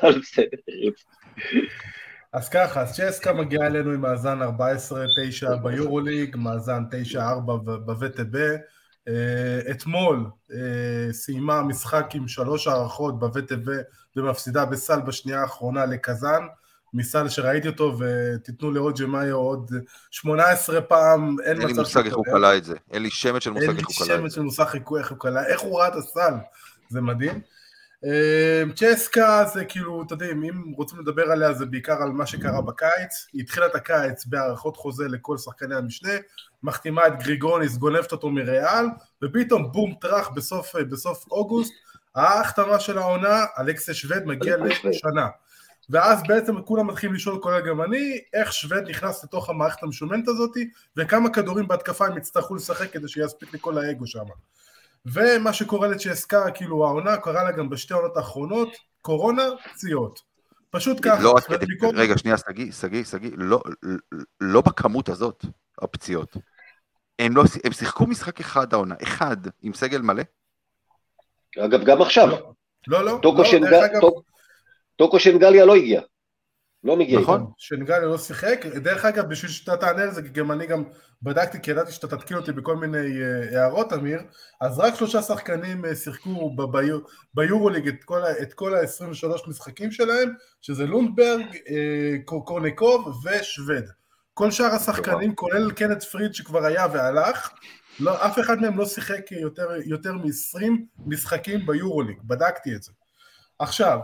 אז ככה, אז צ'סקה מגיעה אלינו עם מאזן ארבע עשרה תשע ביורוליג, מאזן תשע ארבע ב-וי-טי-בי. אתמול סיימה משחק עם שלוש הערכות ב-וי-טי-בי ומפסידה בסל בשנייה האחרונה לקזן, מסל שראיתי אותו, ותיתנו לעוד ג'מאיו עוד שמונה עשרה פעם, אין לי מושג איך הוא קלה את זה, אין לי שמץ של מושג איך הוא קלה את זה. אין לי שמץ של מושג איך הוא קלה, איך הוא ראה את הסל, זה מדהים. צ'סקה זה כאילו, אתה יודעים, אם רוצים לדבר עליה זה בעיקר על מה שקרה בקיץ, היא התחילה את הקיץ בהערכות חוזה לכל שחקני המשנה, מחתימה את גריגוניס, גונבת אותו מריאל, ופתאום בום טרח בסוף, בסוף אוגוסט, ההחתמה של העונה, אלכסה שווד מגיע לשנה. ואז בעצם כולם מתחילים לשאול, כולל גם אני, איך שווד נכנס לתוך המערכת המשומנת הזאת, וכמה כדורים בהתקפה הם יצטרכו לשחק כדי שיספיק לכל האגו שם. ומה שקורה לצ'סקה, כאילו העונה, קרה לה גם בשתי עונות האחרונות, קורונה, פציעות. פשוט ככה. לא, רגע, שנייה, סגי, סגי, סגי, לא, לא בכמות הזאת, הפציעות. הם, לא, הם שיחקו משחק אחד העונה, אחד, עם סגל מלא? אגב, גם עכשיו. לא, לא. טוקו שנגל... טוקו שנגליה לא הגיע, לא מגיע. נכון, שנגליה לא שיחק, דרך אגב, בשביל שאתה תענה לזה, כי גם אני גם בדקתי, כי ידעתי שאתה תתקיל אותי בכל מיני הערות, אמיר, אז רק שלושה שחקנים שיחקו ביורוליג את כל, את כל ה-עשרים ושלוש משחקים שלהם, שזה לונדברג, קורניקוב ושווד. כל שאר השחקנים, כולל קנט פריד שכבר היה והלך, לא, אף אחד מהם לא שיחק יותר, יותר מ-עשרים משחקים ביורוליג, בדקתי את זה. עכשיו,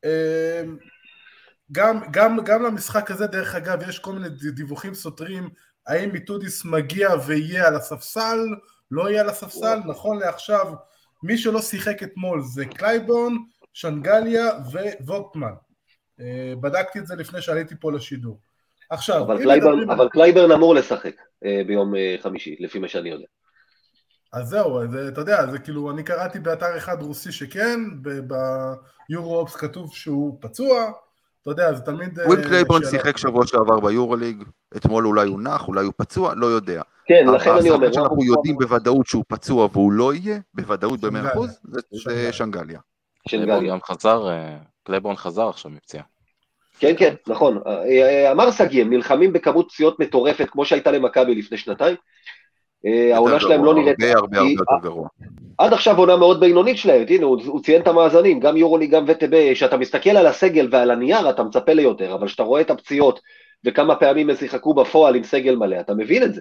גם, גם, גם למשחק הזה, דרך אגב, יש כל מיני דיווחים סותרים, האם מיטודיס מגיע ויהיה על הספסל, לא יהיה על הספסל, נכון לעכשיו, מי שלא שיחק אתמול זה קלייבורן, שנגליה וווטמן. בדקתי את זה לפני שעליתי פה לשידור. עכשיו, אבל, קלייברן, מדברים... אבל קלייברן אמור לשחק ביום חמישי, לפי מה שאני יודע. אז זהו, זה, אתה יודע, זה כאילו, אני קראתי באתר אחד רוסי שכן, ביורו-אופס כתוב שהוא פצוע, אתה יודע, זה תמיד... וויל קלייברן שיחק שבוע שעבר ביורוליג, אתמול אולי הוא נח, אולי הוא פצוע, לא יודע. כן, לכן אני אומר... שאנחנו יודעים בוודאות שהוא פצוע והוא לא יהיה, בוודאות ב-מאה אחוז, זה שנגליה. קלייברן חזר, קלייברן חזר עכשיו מפציעה. כן, כן, נכון. אמר סגי, הם נלחמים בכמות פציעות מטורפת, כמו שהייתה למכבי לפני שנתיים. העונה שלהם לא נראית... הרבה הרבה הרבה יותר גרוע. עד עכשיו עונה מאוד בינונית שלהם, הנה, הוא ציין את המאזנים, גם יורולי, גם וטב, שאתה מסתכל על הסגל ועל הנייר, אתה מצפה ליותר, אבל שאתה רואה את הפציעות, וכמה פעמים הם שיחקו בפועל עם סגל מלא, אתה מבין את זה.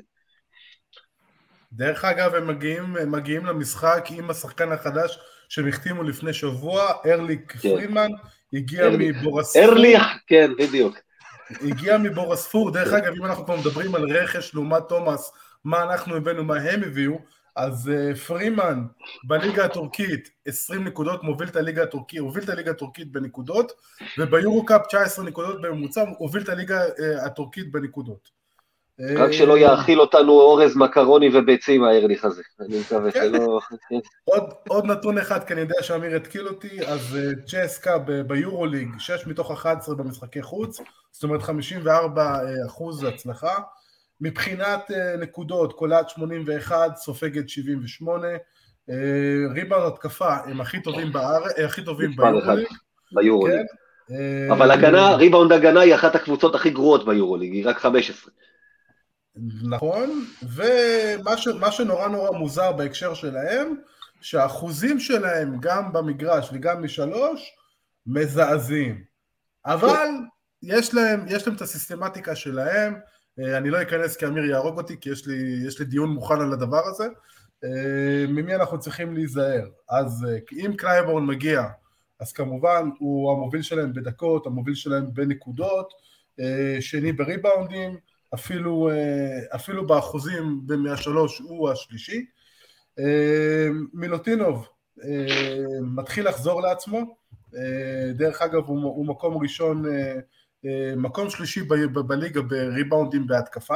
דרך אגב, הם מגיעים, הם מגיעים למשחק עם השחקן החדש, שהם החתימו לפני שבוע, ארליק פרימן, הגיע מבורספור. ארליך, כן, בדיוק. הגיע מבורספור, דרך אגב, אם אנחנו כבר מדברים על רכש לעומת תומאס, מה אנחנו הבאנו, מה הם הביאו, אז uh, פרימן בליגה הטורקית עשרים נקודות, מוביל את הליגה הטורקית, הוביל את הליגה הטורקית בנקודות, וביורו-קאפ תשע עשרה נקודות בממוצע, הוביל את הליגה uh, הטורקית בנקודות. רק uh, שלא יאכיל אותנו אורז מקרוני וביצים הארליך הזה, אני מקווה שלא... עוד, עוד נתון אחד, כי אני יודע שאמיר התקיל אותי, אז uh, צ'סקה ב- ביורוליג, שש מתוך אחת עשרה במשחקי חוץ, זאת אומרת חמישים וארבעה אחוז הצלחה, מבחינת uh, נקודות, קולט שמונים ואחת, סופגת שבעים ושמונה, uh, ריבאונד התקפה הם הכי טובים בארץ, הכי טובים ביורוליג. ביורוליג. כן? Uh, אבל הגנה, ריבאונד הגנה היא אחת הקבוצות הכי גרועות ביורוליג, היא רק חמש עשרה. נכון, ומה ש, מה שנורא נורא מוזר בהקשר שלהם, שהאחוזים שלהם גם במגרש וגם משלוש, מזעזעים. אבל יש להם, יש להם את הסיסטמטיקה שלהם, אני לא אכנס כי אמיר יהרוג אותי, כי יש לי, יש לי דיון מוכן על הדבר הזה, ממי אנחנו צריכים להיזהר. אז אם קלייבורן מגיע, אז כמובן הוא המוביל שלהם בדקות, המוביל שלהם בנקודות, שני בריבאונדים, אפילו, אפילו באחוזים ב-מאה ושלוש הוא השלישי. מילוטינוב מתחיל לחזור לעצמו, דרך אגב הוא, הוא מקום ראשון, מקום שלישי ב- ב- בליגה בריבאונדים בהתקפה,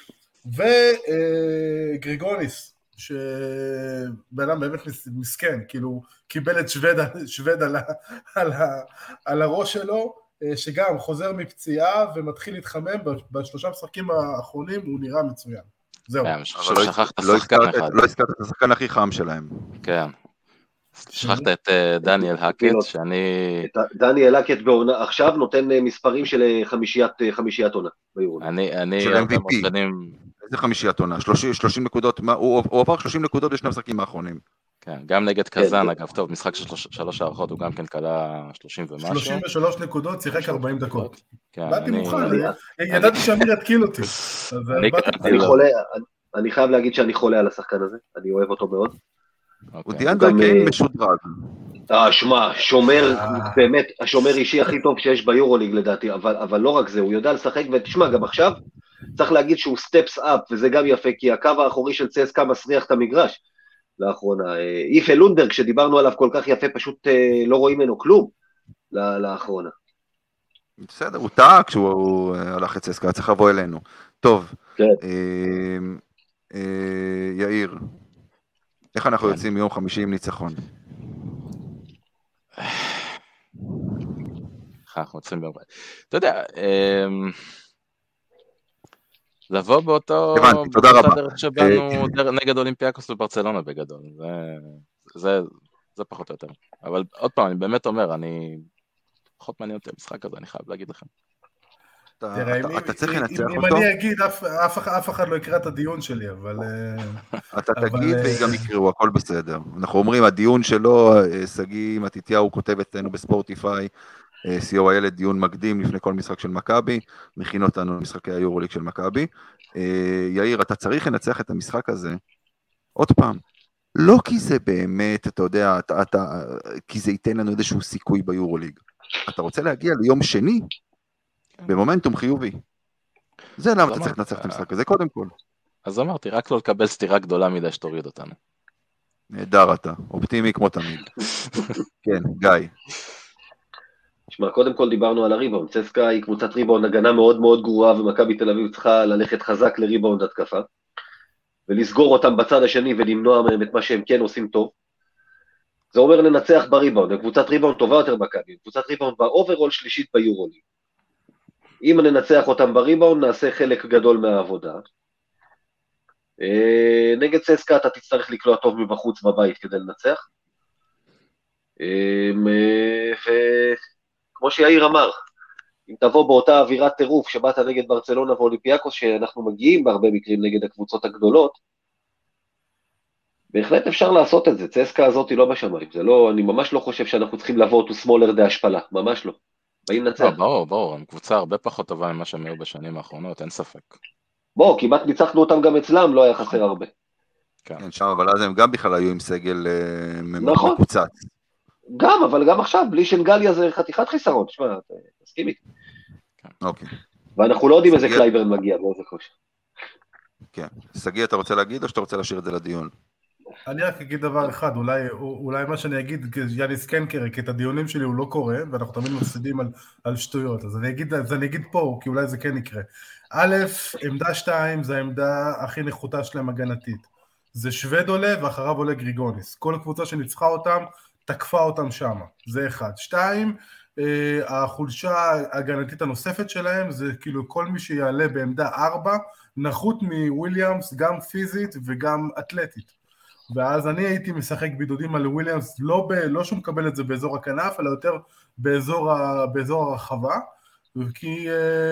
וגריגוניס, שבאדם באמת מסכן, כאילו קיבל את שווד, שווד על, ה, על, ה, על הראש שלו, שגם חוזר מפציעה ומתחיל להתחמם, בשלושה משחקים האחרונים הוא נראה מצוין. זהו. לא הזכרת את השחקן הכי חם שלהם. כן. שכחת את דניאל הקט, שאני... דניאל הקט עכשיו נותן מספרים של חמישיית עונה ביורו. אני... של אם וי פי. איזה חמישיית עונה? שלושים נקודות, הוא עבר שלושים נקודות בשני המשחקים האחרונים. כן, גם נגד קזן, אגב, טוב, משחק של שלוש הערכות, הוא גם כן קלה שלושים ומשהו. שלושים ושלוש נקודות, שיחק ארבעים דקות. באתי מוכן, ידעתי שאמיר יתקיל אותי. אני חייב להגיד שאני חולה על השחקן הזה, אני אוהב אותו מאוד. הוא דיאנדרה קיין משודרג. אה, שמע, שומר, באמת, השומר אישי הכי טוב שיש ביורוליג לדעתי, אבל לא רק זה, הוא יודע לשחק, ותשמע, גם עכשיו, צריך להגיד שהוא סטפס אפ, וזה גם יפה, כי הקו האחורי של צסקה מסריח את המגרש. לאחרונה, איפה לונדברג שדיברנו עליו כל כך יפה, פשוט לא רואים ממנו כלום לאחרונה. בסדר, הוא טעה כשהוא הלך את צסקה, צריך לבוא אלינו. טוב, יאיר, איך אנחנו יוצאים מיום חמישי עם ניצחון? איך אנחנו יוצאים ביום חמישי? אתה יודע, לבוא באותו... הבנתי, תודה רבה. דרך שבאנו נגד אולימפיאקוס וברצלונה בגדול. זה פחות או יותר. אבל עוד פעם, אני באמת אומר, אני פחות מעניין אותי המשחק הזה, אני חייב להגיד לכם. אתה צריך לנצח אותו. אם אני אגיד, אף אחד לא יקרא את הדיון שלי, אבל... אתה תגיד וגם יקראו, הכל בסדר. אנחנו אומרים, הדיון שלו, סגי מתיתיהו כותב אצלנו בספורטיפיי, סי או הילד דיון מקדים לפני כל משחק של מכבי, מכין אותנו למשחקי היורוליג של מכבי. יאיר, אתה צריך לנצח את המשחק הזה, עוד פעם, לא כי זה באמת, אתה יודע, אתה, אתה, כי זה ייתן לנו איזשהו סיכוי ביורוליג. אתה רוצה להגיע ליום שני במומנטום חיובי. זה למה אתה צריך לנצח את המשחק הזה, קודם כל. אז אמרתי, רק לא לקבל סתירה גדולה מדי שתוריד אותנו. נהדר אתה, אופטימי כמו תמיד. כן, גיא. תשמע, קודם כל דיברנו על הריבאונד, צסקה היא קבוצת ריבאונד הגנה מאוד מאוד גרועה, ומכבי תל אביב צריכה ללכת חזק לריבאונד התקפה, ולסגור אותם בצד השני ולמנוע מהם את מה שהם כן עושים טוב. זה אומר לנצח בריבאונד, קבוצת ריבאונד טובה יותר מכבי, קבוצת ריבאונד באוברול שלישית ביורוליג. אם ננצח אותם בריבאונד, נעשה חלק גדול מהעבודה. נגד צסקה אתה תצטרך לקלוע טוב מבחוץ בבית כדי לנצח. וכמו שיאיר אמר, אם תבוא באותה אווירת טירוף שבאת נגד ברצלונה ואולימפיאקוס, שאנחנו מגיעים בהרבה מקרים נגד הקבוצות הגדולות, בהחלט אפשר לעשות את זה. צסקה הזאת היא לא בשמיים, זה לא, אני ממש לא חושב שאנחנו צריכים לבוא to smaller דה השפלה, ממש לא. באים לנצח. ברור, ברור, הם קבוצה הרבה פחות טובה ממה שהם היו בשנים האחרונות, אין ספק. בוא, כמעט ניצחנו אותם גם אצלם, לא היה חסר הרבה. כן, שם, אבל אז הם גם בכלל היו עם סגל נכון. מקוצץ. גם, אבל גם עכשיו, בלי שנגליה זה חתיכת חיסרון, תשמע, תסכים איתי. אוקיי. ואנחנו לא יודעים איזה קלייברן מגיע, באיזה כושר. כן. סגי, אתה רוצה להגיד או שאתה רוצה להשאיר את זה לדיון? אני רק אגיד דבר אחד, אולי, אולי מה שאני אגיד, יאניס קנקר, כי את הדיונים שלי הוא לא קורא, ואנחנו תמיד מפסידים על, על שטויות, אז אני אגיד, אז אני אגיד פה, כי אולי זה כן יקרה. א', עמדה שתיים, זה העמדה הכי נחותה שלהם הגנתית. זה שווד עולה, ואחריו עולה גריגוניס. כל הקבוצה שניצחה אותם, תקפה אותם שם. זה אחד. שתיים, החולשה הגנתית הנוספת שלהם, זה כאילו כל מי שיעלה בעמדה ארבע, נחות מוויליאמס, גם פיזית וגם אתלטית. ואז אני הייתי משחק בידודים על וויליאמס, לא, ב, לא שהוא מקבל את זה באזור הכנף, אלא יותר באזור, ה, באזור הרחבה, כי,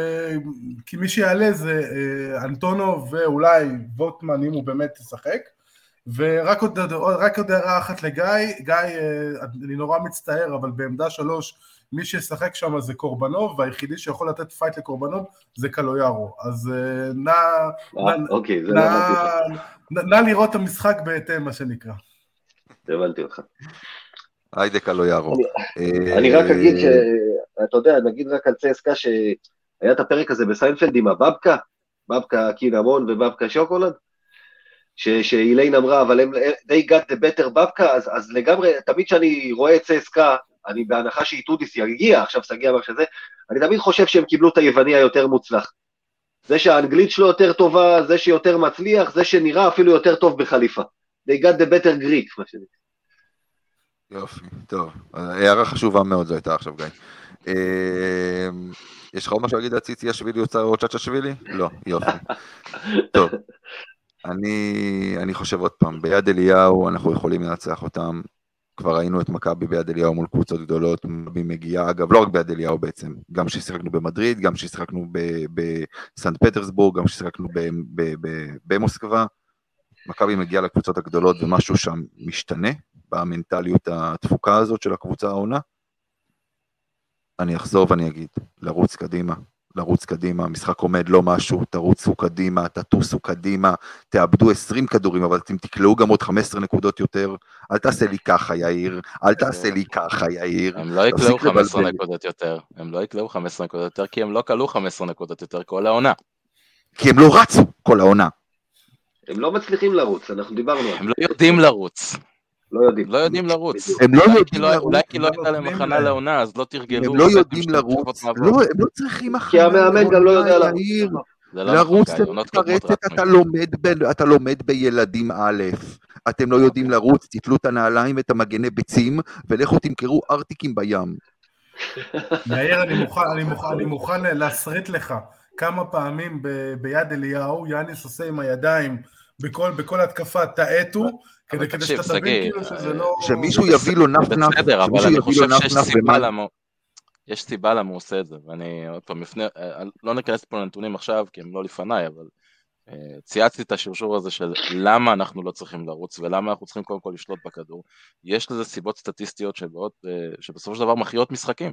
כי מי שיעלה זה אנטונו ואולי ווטמן, אם הוא באמת תשחק, ורק עוד, רק עוד הערה אחת לגיא, גיא, אני נורא מצטער, אבל בעמדה שלוש, מי שישחק שם זה קורבנוב, והיחידי שיכול לתת פייט לקורבנוב זה קלויארו, אז נא, אוקיי, זה נא, נא לראות את המשחק בהתאם, מה שנקרא. הבנתי אותך. היידה קלויארו. אני רק אגיד שאתה יודע, נגיד רק על צסקה שהיה את הפרק הזה בסיינפלד עם הבבקה, בבקה קינמון ובבקה שוקולד, שאיליין אמרה, אבל הם, they got the better בבקה, אז, אז לגמרי, תמיד שאני רואה את צסקה, אני בהנחה שאיתודיס יגיע, עכשיו סגיע מה שזה, אני תמיד חושב שהם קיבלו את היווני היותר מוצלח. זה שהאנגלית שלו יותר טובה, זה שיותר מצליח, זה שנראה אפילו יותר טוב בחליפה. They got the better Greek, מה שזה. יופי, טוב. הערה חשובה מאוד זו הייתה עכשיו, גיא. יש לך עוד משהו להגיד להציצי השבילי או צ'אצ'ה שבילי? לא, יופי. טוב. אני, אני חושב עוד פעם, ביד אליהו אנחנו יכולים לנצח אותם, כבר ראינו את מכבי ביד אליהו מול קבוצות גדולות, מכבי מגיעה, אגב, לא רק ביד אליהו בעצם, גם ששיחקנו במדריד, גם ששיחקנו בסנט פטרסבורג, גם ששיחקנו במוסקבה, מכבי מגיעה לקבוצות הגדולות, ומשהו שם משתנה, במנטליות התפוקה הזאת של הקבוצה העונה. אני אחזור ואני אגיד, לרוץ קדימה, לרוץ קדימה, משחק עומד לא משהו, תרוצו קדימה, תטוסו קדימה, תאבדו עשרים כדורים, אבל אתם תקלעו גם עוד חמש עשרה נקודות יותר, אל תעשה לי ככה יאיר, אל תעשה לי ככה יאיר. הם לא יקלעו חמש עשרה נקודות יותר, הם לא יקלעו חמש עשרה נקודות יותר, כי הם לא קלעו חמש עשרה נקודות יותר כל העונה. כי הם לא רצו כל העונה. הם לא מצליחים לרוץ, אנחנו דיברנו. הם לא יודעים לרוץ. לא יודעים. לא יודעים לרוץ. הם לא יודעים לרוץ. אולי כי לא הייתה להם הכנה לעונה, אז לא תרגלו. הם לא יודעים לרוץ. לא, הם לא צריכים הכנה. כי המאמן גם לא יודע לרוץ. לרוץ אתה לומד בילדים א', אתם לא יודעים לרוץ, תתלו את הנעליים ואת המגני ביצים, ולכו תמכרו ארטיקים בים. יאיר, אני מוכן להסריט לך כמה פעמים ביד אליהו, יאניס עושה עם הידיים, בכל התקפה תאטו, כדי שאתה תבין כאילו שזה לא... שמישהו יביא לו נף נף. בסדר, אבל אני חושב שיש סיבה למה... יש סיבה למה הוא עושה את זה, ואני עוד פעם מפנה... לא נכנס פה לנתונים עכשיו, כי הם לא לפניי, אבל צייצתי את השרשור הזה של למה אנחנו לא צריכים לרוץ, ולמה אנחנו צריכים קודם כל לשלוט בכדור. יש לזה סיבות סטטיסטיות שבאות, שבסופו של דבר מכריעות משחקים.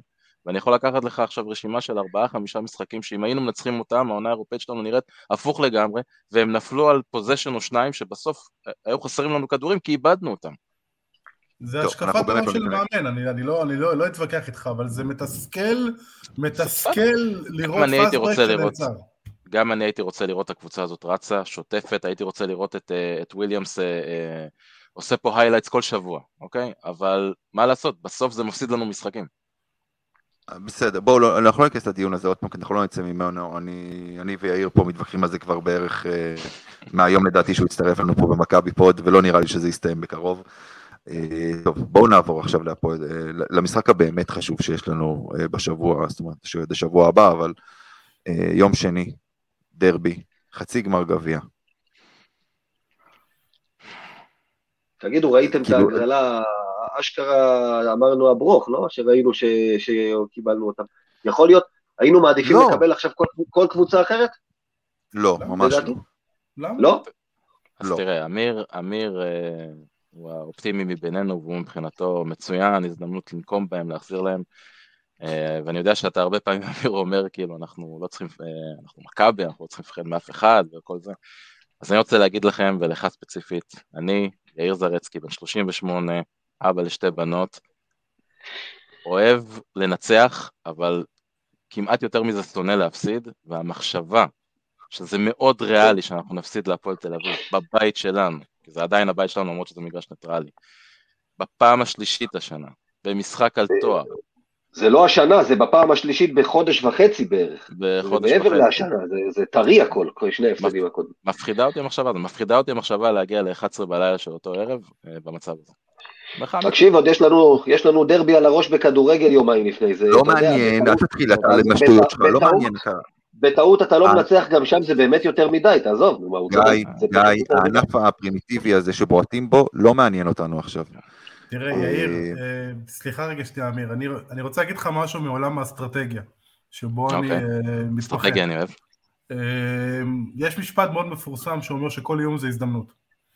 ואני יכול לקחת לך עכשיו רשימה של ארבעה, חמישה משחקים, שאם היינו מנצחים אותם, העונה האירופאית שלנו נראית הפוך לגמרי, והם נפלו על פוזיישן או שניים, שבסוף היו חסרים לנו כדורים, כי איבדנו אותם. זה השקפת עולם של מאמן, אני, אני לא, אני לא, לא אתווכח איתך, אבל זה מתסכל, מתסכל לראות פאסט ברק שנעצר. גם אני הייתי רוצה לראות את הקבוצה הזאת רצה, שוטפת, הייתי רוצה לראות את, את וויליאמס עושה פה היילייטס כל שבוע, אוקיי? אבל מה לעשות, בסוף זה מפסיד לנו משחקים. בסדר, בואו, לא, אנחנו לא נכנס לדיון הזה עוד פעם, כי אנחנו לא נצא ממנו, אני, אני ויאיר פה מתווכחים על זה כבר בערך אה, מהיום לדעתי שהוא יצטרף לנו פה במכבי פוד, ולא נראה לי שזה יסתיים בקרוב. אה, טוב, בואו נעבור עכשיו להפועל, אה, למשחק הבאמת חשוב שיש לנו אה, בשבוע, זאת אומרת, בשבוע הבא, אבל אה, יום שני, דרבי, חצי גמר גביע. תגידו, ראיתם את ההגרלה, אשכרה אמרנו הברוך, לא? שראינו שקיבלנו אותם. יכול להיות, היינו מעדיפים לקבל עכשיו כל קבוצה אחרת? לא, ממש לא. לא? אז תראה, אמיר, אמיר הוא האופטימי מבינינו, והוא מבחינתו מצוין, הזדמנות לנקום בהם, להחזיר להם, ואני יודע שאתה הרבה פעמים אמיר אומר, כאילו, אנחנו לא צריכים, אנחנו מכבי, אנחנו לא צריכים לפחד מאף אחד וכל זה. אז אני רוצה להגיד לכם, ולך ספציפית, אני, יאיר זרצקי, בן שלושים ושמונה, אבא לשתי בנות, אוהב לנצח, אבל כמעט יותר מזה שונא להפסיד, והמחשבה שזה מאוד ריאלי שאנחנו נפסיד להפועל תל אביב, בבית שלנו, כי זה עדיין הבית שלנו, למרות שזה מגרש ניטרלי, בפעם השלישית השנה, במשחק על תואר. זה לא השנה, זה בפעם השלישית בחודש וחצי בערך. בחודש וחצי. מעבר וחצי. להשנה, זה, זה טרי הכל, כל שני הפסדים הקודם. מפחידה אותי המחשבה, זה מפחידה אותי המחשבה להגיע ל-אחת עשרה בלילה של אותו ערב, במצב הזה. תקשיב, עוד יש לנו, יש לנו דרבי על הראש בכדורגל יומיים לפני זה. לא מעניין, אל תתחיל, אתה למשטויות שלך, לא מעניין. בטעות אתה לא מנצח גם שם, זה באמת יותר מדי, תעזוב. גיא, גיא, הענף הפרימיטיבי הזה שבועטים בו, לא מעניין אותנו עכשיו. תראה, יאיר, סליחה רגע שנייה, אמיר, אני רוצה להגיד לך משהו מעולם האסטרטגיה, שבו אני מתפחד. אסטרטגיה אני אוהב. יש משפט מאוד מפורסם שאומר שכל יום זה הזדמנות.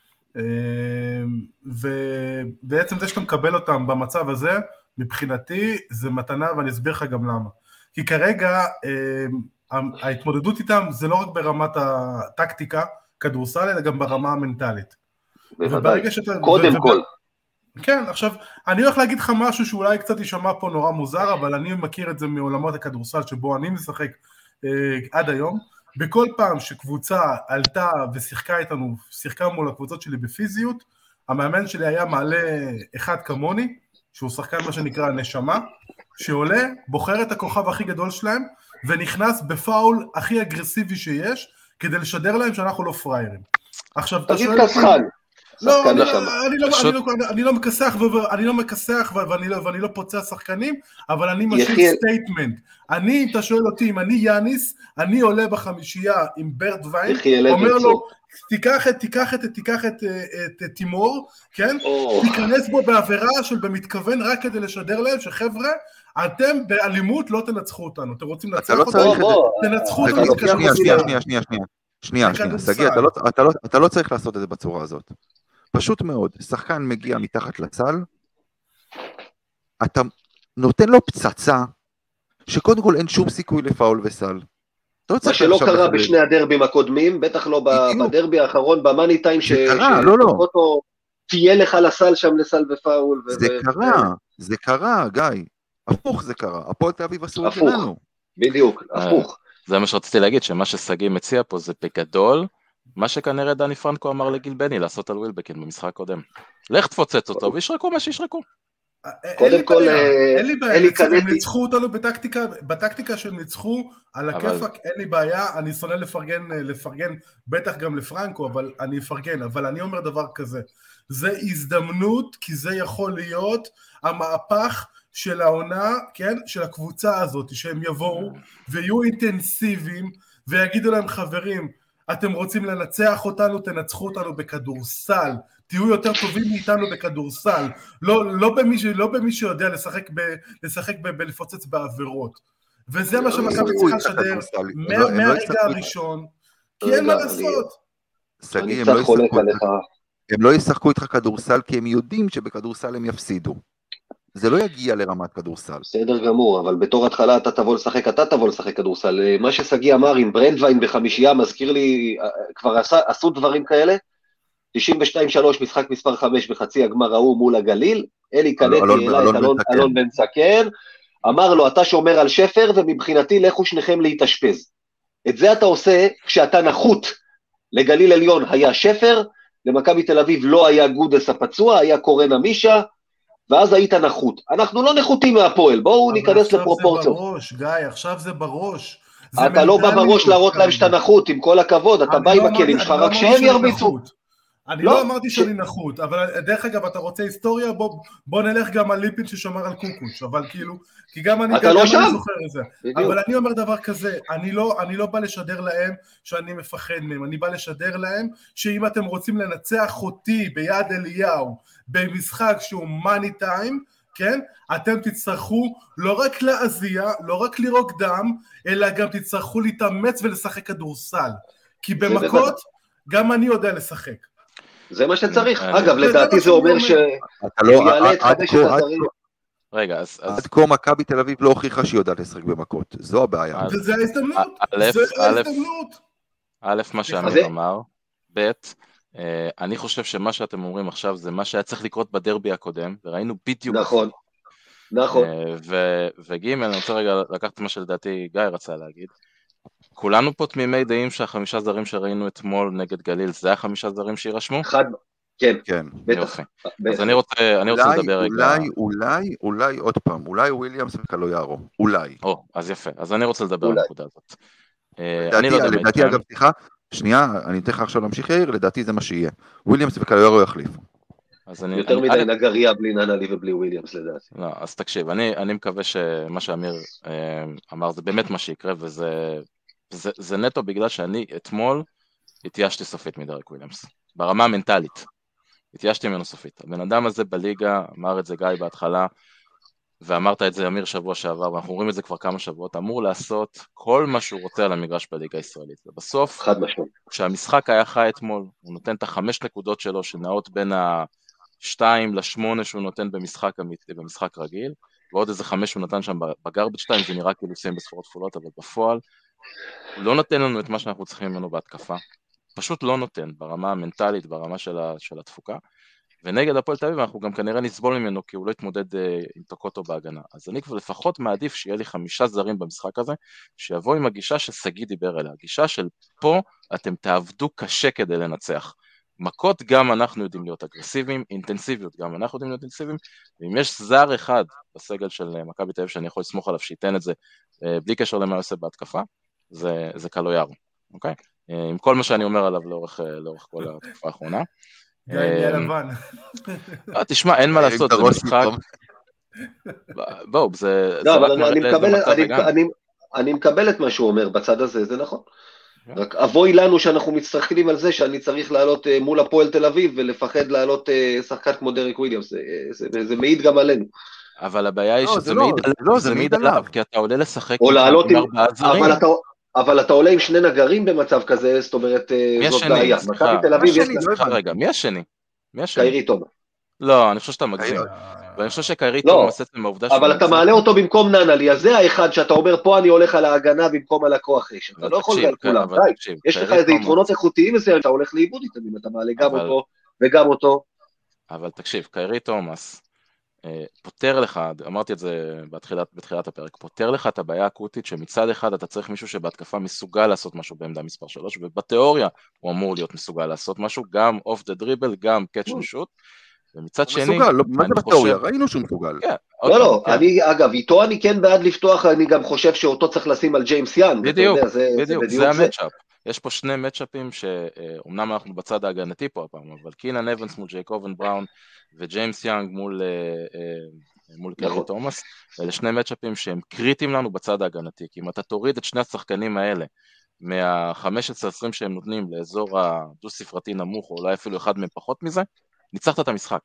ובעצם זה שאתה מקבל אותם במצב הזה, מבחינתי זה מתנה, ואני אסביר לך גם למה. כי כרגע ההתמודדות איתם זה לא רק ברמת הטקטיקה, כדורסל, אלא גם ברמה המנטלית. בוודאי, קודם כל. כן, עכשיו, אני הולך להגיד לך משהו שאולי קצת יישמע פה נורא מוזר, אבל אני מכיר את זה מעולמות הכדורסל שבו אני משחק אה, עד היום. בכל פעם שקבוצה עלתה ושיחקה איתנו, שיחקה מול הקבוצות שלי בפיזיות, המאמן שלי היה מעלה אחד כמוני, שהוא שחקן מה שנקרא נשמה, שעולה, בוחר את הכוכב הכי גדול שלהם, ונכנס בפאול הכי אגרסיבי שיש, כדי לשדר להם שאנחנו לא פריירים. עכשיו, אתה שואל... לא, אני לא מכסח ואני לא מכסח ואני לא פוצע שחקנים, אבל אני משאיר סטייטמנט. אני, אם אתה שואל אותי, אם אני יאניס, אני עולה בחמישייה עם ברד ויין, אומר לו, תיקח את, תיקח את, תיקח את תימור, כן? תיכנס בו בעבירה של במתכוון רק כדי לשדר להם שחבר'ה, אתם באלימות לא תנצחו אותנו. אתם רוצים לנצח אותנו? תנצחו אותנו. שנייה, שנייה, שנייה, שנייה, שנייה, שנייה, סגי, אתה לא צריך לעשות את זה בצורה הזאת. פשוט מאוד, שחקן מגיע מתחת לסל, אתה נותן לו פצצה, שקודם כל אין שום סיכוי לפאול וסל. מה שלא קרה בשני הדרבים הקודמים, בטח לא בדרבי האחרון, במאני טיים, שקרה, לא, לא. תהיה לך לסל שם לסל ופאול. זה קרה, זה קרה, גיא. הפוך זה קרה, הפועל תל אביב עשו את שלנו. בדיוק, הפוך. זה מה שרציתי להגיד, שמה שסגי מציע פה זה בגדול, מה שכנראה דני פרנקו אמר לגיל בני, לעשות על ווילבקין במשחק קודם. לך תפוצץ אותו, וישרקו מה שישרקו. קודם כל, אין לי בעיה, הם ניצחו אותנו בטקטיקה, בטקטיקה שהם ניצחו, על הכיפק, אין לי בעיה, אני שונא לפרגן, לפרגן, בטח גם לפרנקו, אבל אני אפרגן, אבל אני אומר דבר כזה, זה הזדמנות, כי זה יכול להיות המהפך של העונה, כן, של הקבוצה הזאת, שהם יבואו, ויהיו אינטנסיביים, ויגידו להם חברים, אתם רוצים לנצח אותנו, תנצחו אותנו בכדורסל, תהיו יותר טובים מאיתנו בכדורסל, לא, לא, במי, לא במי שיודע לשחק, ב, לשחק ב, בלפוצץ בעבירות. וזה מה שמכבי צריכה לשדר מהרגע הראשון, כי אין מה לעשות. סגי, הם לא ישחקו איתך כדורסל, כי הם יודעים שבכדורסל הם יפסידו. זה לא יגיע לרמת כדורסל. בסדר גמור, אבל בתור התחלה אתה תבוא לשחק, אתה תבוא לשחק כדורסל. מה שסגי אמר עם ברנדווין בחמישייה, מזכיר לי, כבר עשה, עשו דברים כאלה, תשעים ושתיים שלוש משחק מספר חמש בחצי הגמר ההוא מול הגליל, אלי קנטי העלה את אלון, אלון בן סכן, אמר לו, אתה שומר על שפר, ומבחינתי לכו שניכם להתאשפז. את זה אתה עושה כשאתה נחות. לגליל עליון היה שפר, למכבי תל אביב לא היה גודס הפצוע, היה קורן המישה, ואז היית נחות. אנחנו לא נחותים מהפועל, בואו ניכנס לפרופורציות. עכשיו זה בראש, גיא, עכשיו זה בראש. אתה לא בא בראש להראות להם שאתה נחות, עם כל הכבוד, אתה בא עם הכלים שלך, רק שהם ירביצו. אני לא אמרתי שאני נחות, אבל דרך אגב, אתה רוצה היסטוריה, בוא נלך גם על ליפין ששומר על קוקוש, אבל כאילו, כי גם אני זוכר את זה. אבל אני אומר דבר כזה, אני לא בא לשדר להם שאני מפחד מהם, אני בא לשדר להם שאם אתם רוצים לנצח אותי ביד אליהו, במשחק שהוא מאני טיים, כן? אתם תצטרכו לא רק להזיע, לא רק לירוק דם, אלא גם תצטרכו להתאמץ ולשחק כדורסל. כי במכות, גם אני יודע לשחק. זה מה שצריך. אגב, לדעתי זה אומר ש... יעלה את חדש את הזרים. רגע, אז... עד כה מכבי תל אביב לא הוכיחה שהיא יודעת לשחק במכות. זו הבעיה. וזה ההזדמנות. זה ההזדמנות. א', מה שאמיר אמר, ב', אני חושב שמה שאתם אומרים עכשיו זה מה שהיה צריך לקרות בדרבי הקודם, וראינו בדיוק... נכון, נכון. וג' אני רוצה רגע לקחת מה שלדעתי גיא רצה להגיד, כולנו פה תמימי דעים שהחמישה זרים שראינו אתמול נגד גליל, זה החמישה זרים שירשמו? אחד, כן, כן. בטח. אז אני רוצה, אני רוצה לדבר רגע... אולי, אולי, אולי עוד פעם, אולי וויליאמס וקלויארו, אולי. או, אז יפה, אז אני רוצה לדבר על הנקודה הזאת. לדעתי, אגב, סליחה, שנייה, אני אתן לך עכשיו להמשיך יאיר, לדעתי זה מה שיהיה. וויליאמס וקלויארו יחליפו. יותר מדי נגריה בלי ננלי ובלי וויליאמס לדעתי. לא, אז תקשיב, אני מקווה שמה שאמיר אמר זה באמת מה שיקרה, וזה... זה, זה נטו בגלל שאני אתמול התיישתי סופית מדרק וויליאמס, ברמה המנטלית, התיישתי ממנו סופית. הבן אדם הזה בליגה, אמר את זה גיא בהתחלה, ואמרת את זה אמיר שבוע שעבר, ואנחנו רואים את זה כבר כמה שבועות, אמור לעשות כל מה שהוא רוצה על המגרש בליגה הישראלית. ובסוף, כשהמשחק היה חי אתמול, הוא נותן את החמש נקודות שלו, שנעות בין השתיים לשמונה שהוא נותן במשחק, במשחק רגיל, ועוד איזה חמש שהוא נתן שם בגרבג' שתיים, זה נראה כאילו סיים בספורות כפולות, אבל בפועל, הוא לא נותן לנו את מה שאנחנו צריכים ממנו בהתקפה, פשוט לא נותן, ברמה המנטלית, ברמה של, ה, של התפוקה, ונגד הפועל תל אביב אנחנו גם כנראה נסבול ממנו, כי הוא לא יתמודד אה, עם טוקוטו בהגנה, אז אני כבר לפחות מעדיף שיהיה לי חמישה זרים במשחק הזה, שיבוא עם הגישה שסגי דיבר אליה, הגישה של פה אתם תעבדו קשה כדי לנצח, מכות גם אנחנו יודעים להיות אגרסיביים, אינטנסיביות גם אנחנו יודעים להיות אינטנסיביים, ואם יש זר אחד בסגל של מכבי תל אביב שאני יכול לסמוך עליו שייתן את זה, אה, בלי קשר למה עושה בהתקפה, זה, זה קלויארו, אוקיי? עם כל מה שאני אומר עליו לאורך, לאורך כל התקופה האחרונה. גיא נהיה לבן. תשמע, אין מה לעשות, זה משחק... בואו, זה... לא, אבל אני מקבל את מה שהוא אומר בצד הזה, זה נכון. רק אבוי לנו שאנחנו מצטרכים על זה, שאני צריך לעלות מול הפועל תל אביב, ולפחד לעלות שחקן כמו דרק וויליאמס, זה מעיד גם עלינו. אבל הבעיה היא שזה מעיד עליו, כי אתה עולה לשחק עם ארבעה זרים. אבל אתה עולה עם שני נגרים במצב כזה, זאת אומרת, זאת בעיה. מכבי תל אביב יש... רגע, מי השני? קיירי תומא. לא, אני חושב שאתה מגזים. ואני חושב שקיירי תומא עצם העובדה... אבל אתה מעלה אותו במקום ננלי, אז זה האחד שאתה אומר, פה אני הולך על ההגנה במקום על הכוח רשת. אתה לא יכול על כולם, די. יש לך איזה יתרונות איכותיים מסוים, אתה הולך לאיבוד איתם, אם אתה מעלה גם אותו וגם אותו. אבל תקשיב, קיירי תומאס, פותר לך, אמרתי את זה בתחילת, בתחילת הפרק, פותר לך את הבעיה האקוטית שמצד אחד אתה צריך מישהו שבהתקפה מסוגל לעשות משהו בעמדה מספר שלוש, ובתיאוריה הוא אמור להיות מסוגל לעשות משהו, גם אוף דה דריבל, גם קאץ' ושוט, ומצד שני... מסוגל, לא, מה זה בתיאוריה? ראינו שהוא מסוגל. כן, לא, לא, כן. אני, אגב, איתו אני כן בעד לפתוח, אני גם חושב שאותו צריך לשים על ג'יימס יאנג. בדיוק, יודע, זה, בדיוק, זה, זה המאצ'אפ. יש פה שני מאצ'אפים שאומנם אנחנו בצד ההגנתי פה הפעם, אבל קינן אבנס מול ג'ייקובן בראון וג'יימס יאנג מול, מול קיירי תומאס, אלה שני מאצ'אפים שהם קריטיים לנו בצד ההגנתי, כי אם אתה תוריד את שני השחקנים האלה מה-חמש עשרה עשרים שהם נותנים לאזור הדו ספרתי נמוך, או אולי אפילו אחד מהם פחות מזה, ניצחת את המשחק.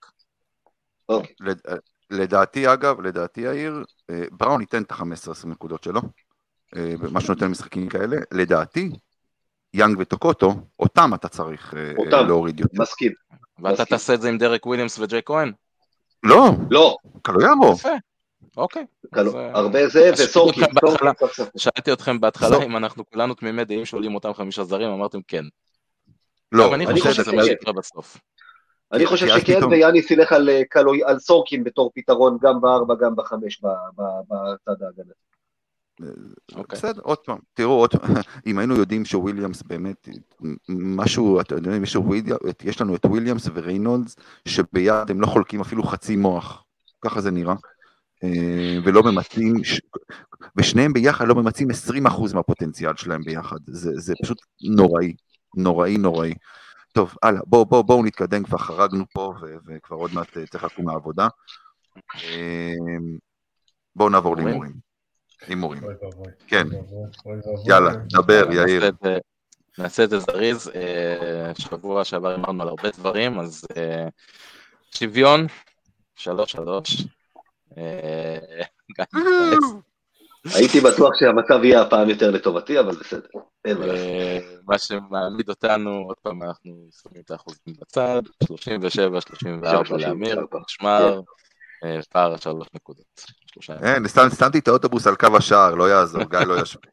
לדעתי אגב, לדעתי יאיר, בראון ייתן את ה-חמש עשרה עשרים נקודות שלו, מה שנותן משחקים כאלה, לדעתי, יאנג וטוקוטו, אותם אתה צריך להוריד יותר. מסכים. ואתה תעשה את זה עם דרק וויליאמס וג'יי כהן? לא, לא, קלויאמו. יפה, אוקיי. קלו- אז, אה, הרבה זה, שאלתי וסורקין, אתכם בהתחלה- סורקין סוף סוף. שאלתי אתכם בהתחלה סור- אם אנחנו כולנו תמימי דעים שעולים אותם חמישה זרים, אמרתם כן. לא, גם אני אני חושב חושב שזה מה שכן. שיקרה בסוף. אני כי- חושב כי אז שכן, פתאום- ויאניס ילך על, אה, קלוי- על סורקין בתור פתרון גם בארבע, גם בחמש, ב- ב- בצד ההגנה. אוקיי. בסדר, עוד פעם, תראו, עוד, אם היינו יודעים שוויליאמס באמת, משהו, אתה יודע, יש, וויליאמס, יש לנו את וויליאמס וריינולדס, שביד הם לא חולקים אפילו חצי מוח, ככה זה נראה, אה, ולא ממצים, ש- ושניהם ביחד לא ממצים עשרים אחוז מהפוטנציאל שלהם ביחד, זה, זה פשוט נוראי, נוראי, נוראי. טוב, הלאה, בואו בוא, בוא נתקדם, כבר חרגנו פה, ו- וכבר עוד מעט אה, צריך לקום לעבודה. אה, בואו נעבור הימורים? להימורים. הימורים. אוי ואבוי, כן. אוי ואבוי, אוי ואבוי. יאללה, דבר, יאללה, יאיר. נעשה את זה- נעשה את זה זריז. אה, שבוע שעבר אמרנו על הרבה דברים, אז אה, שוויון, שלוש שלוש. אה, גיא מתפרץ. הייתי בטוח שהמצב יהיה הפעם יותר לטובתי, אבל בסדר, אין מה לעשות. אה, מה שמעמיד אותנו, עוד פעם אנחנו שמים את האחוזים בצד, שלושים ושבע שלושים וארבע שלושים לאמיר, וארבע. משמר, אה, פער שלוש נקודות. שלושה. אין, סתם, שמתי את האוטובוס על קו השער, לא יעזור, גיא לא ישב.